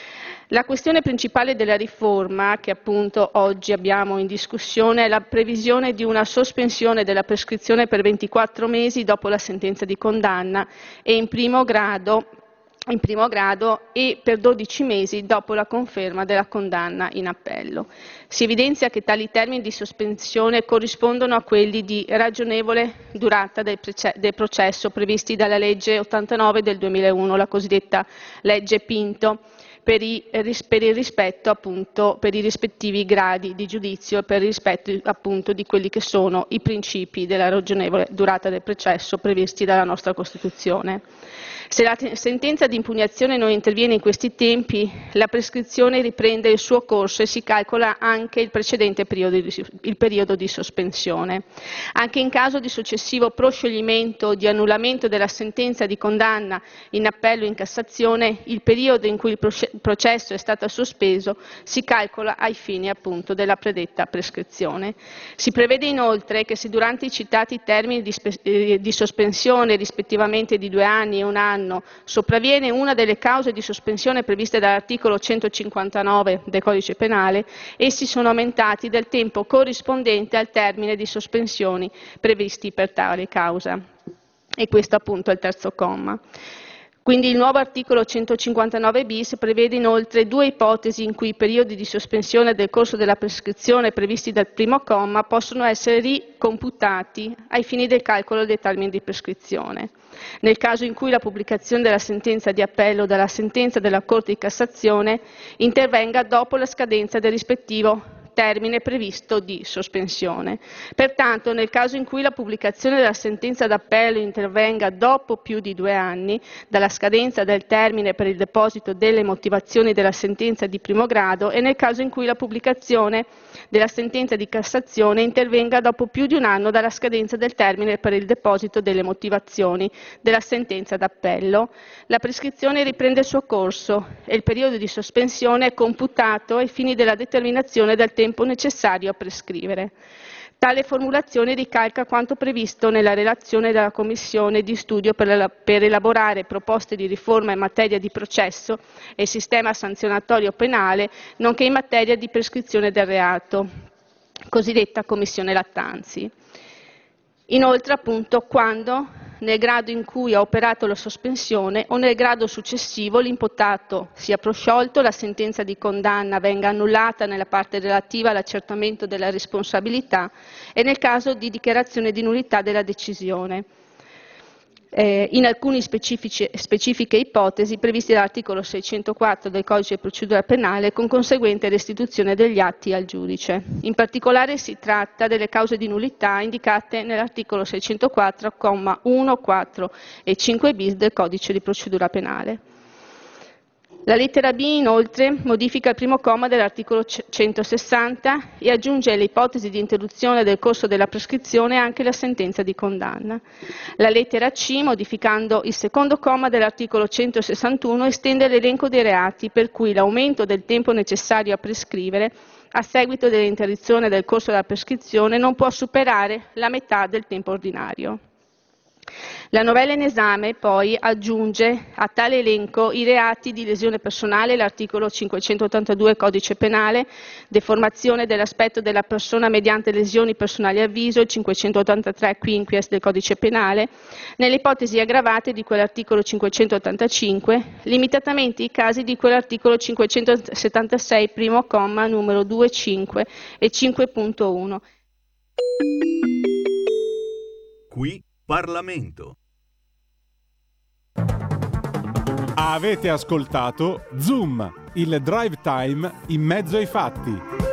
La questione principale della riforma che appunto oggi abbiamo in discussione è la previsione di una sospensione della prescrizione per ventiquattro mesi dopo la sentenza di condanna e in primo grado in primo grado e per dodici mesi dopo la conferma della condanna in appello. Si evidenzia che tali termini di sospensione corrispondono a quelli di ragionevole durata del, del processo previsti dalla legge ottantanove del duemilauno, la cosiddetta legge Pinto, per, i, per il rispetto appunto per i rispettivi gradi di giudizio e per il rispetto appunto di quelli che sono i principi della ragionevole durata del processo previsti dalla nostra Costituzione. Se la sentenza di impugnazione non interviene in questi tempi, la prescrizione riprende il suo corso e si calcola anche il precedente periodo di, il periodo di sospensione. Anche in caso di successivo proscioglimento o di annullamento della sentenza di condanna in appello o in Cassazione, il periodo in cui il processo è stato sospeso si calcola ai fini appunto della predetta prescrizione. Si prevede inoltre che se durante i citati termini di, eh, di sospensione, rispettivamente di due anni e un anno, sopravviene una delle cause di sospensione previste dall'articolo centocinquantanove del Codice Penale, essi sono aumentati del tempo corrispondente al termine di sospensioni previsti per tale causa. E questo appunto è il terzo comma. Quindi il nuovo articolo centocinquantanove bis prevede inoltre due ipotesi in cui i periodi di sospensione del corso della prescrizione previsti dal primo comma possono essere ricomputati ai fini del calcolo dei termini di prescrizione. Nel caso in cui la pubblicazione della sentenza di appello o della sentenza della Corte di Cassazione intervenga dopo la scadenza del rispettivo termine previsto di sospensione. Pertanto, nel caso in cui la pubblicazione della sentenza d'appello intervenga dopo più di due anni dalla scadenza del termine per il deposito delle motivazioni della sentenza di primo grado e nel caso in cui la pubblicazione della sentenza di Cassazione intervenga dopo più di un anno dalla scadenza del termine per il deposito delle motivazioni della sentenza d'appello, la prescrizione riprende il suo corso e il periodo di sospensione è computato ai fini della determinazione del tempo necessario a prescrivere. Tale formulazione ricalca quanto previsto nella relazione della Commissione di studio per, la, per elaborare proposte di riforma in materia di processo e sistema sanzionatorio penale, nonché in materia di prescrizione del reato, cosiddetta Commissione Lattanzi. Inoltre, appunto, quando nel grado in cui ha operato la sospensione o nel grado successivo l'imputato sia prosciolto, la sentenza di condanna venga annullata nella parte relativa all'accertamento della responsabilità e nel caso di dichiarazione di nullità della decisione. Eh, in alcune specifiche ipotesi previste dall'articolo seicentoquattro del Codice di procedura penale con conseguente restituzione degli atti al giudice. In particolare si tratta delle cause di nullità indicate nell'articolo seicentoquattro, comma uno, quattro e cinque bis del Codice di procedura penale. La lettera B inoltre modifica il primo comma dell'articolo centosessanta e aggiunge alle ipotesi di interruzione del corso della prescrizione anche la sentenza di condanna. La lettera C, modificando il secondo comma dell'articolo centosessantuno, estende l'elenco dei reati per cui l'aumento del tempo necessario a prescrivere a seguito dell'interruzione del corso della prescrizione non può superare la metà del tempo ordinario. La novella in esame poi aggiunge a tale elenco i reati di lesione personale, l'articolo cinquecentottantadue Codice Penale, deformazione dell'aspetto della persona mediante lesioni personali a viso, il cinquecentottantatré Quinquies del Codice Penale, nelle ipotesi aggravate di quell'articolo cinquecentottantacinque, limitatamente i casi di quell'articolo cinquecentosettantasei primo comma numero due, cinque e cinque punto uno. Qui Parlamento. Avete ascoltato Zoom, il drive time in mezzo ai fatti.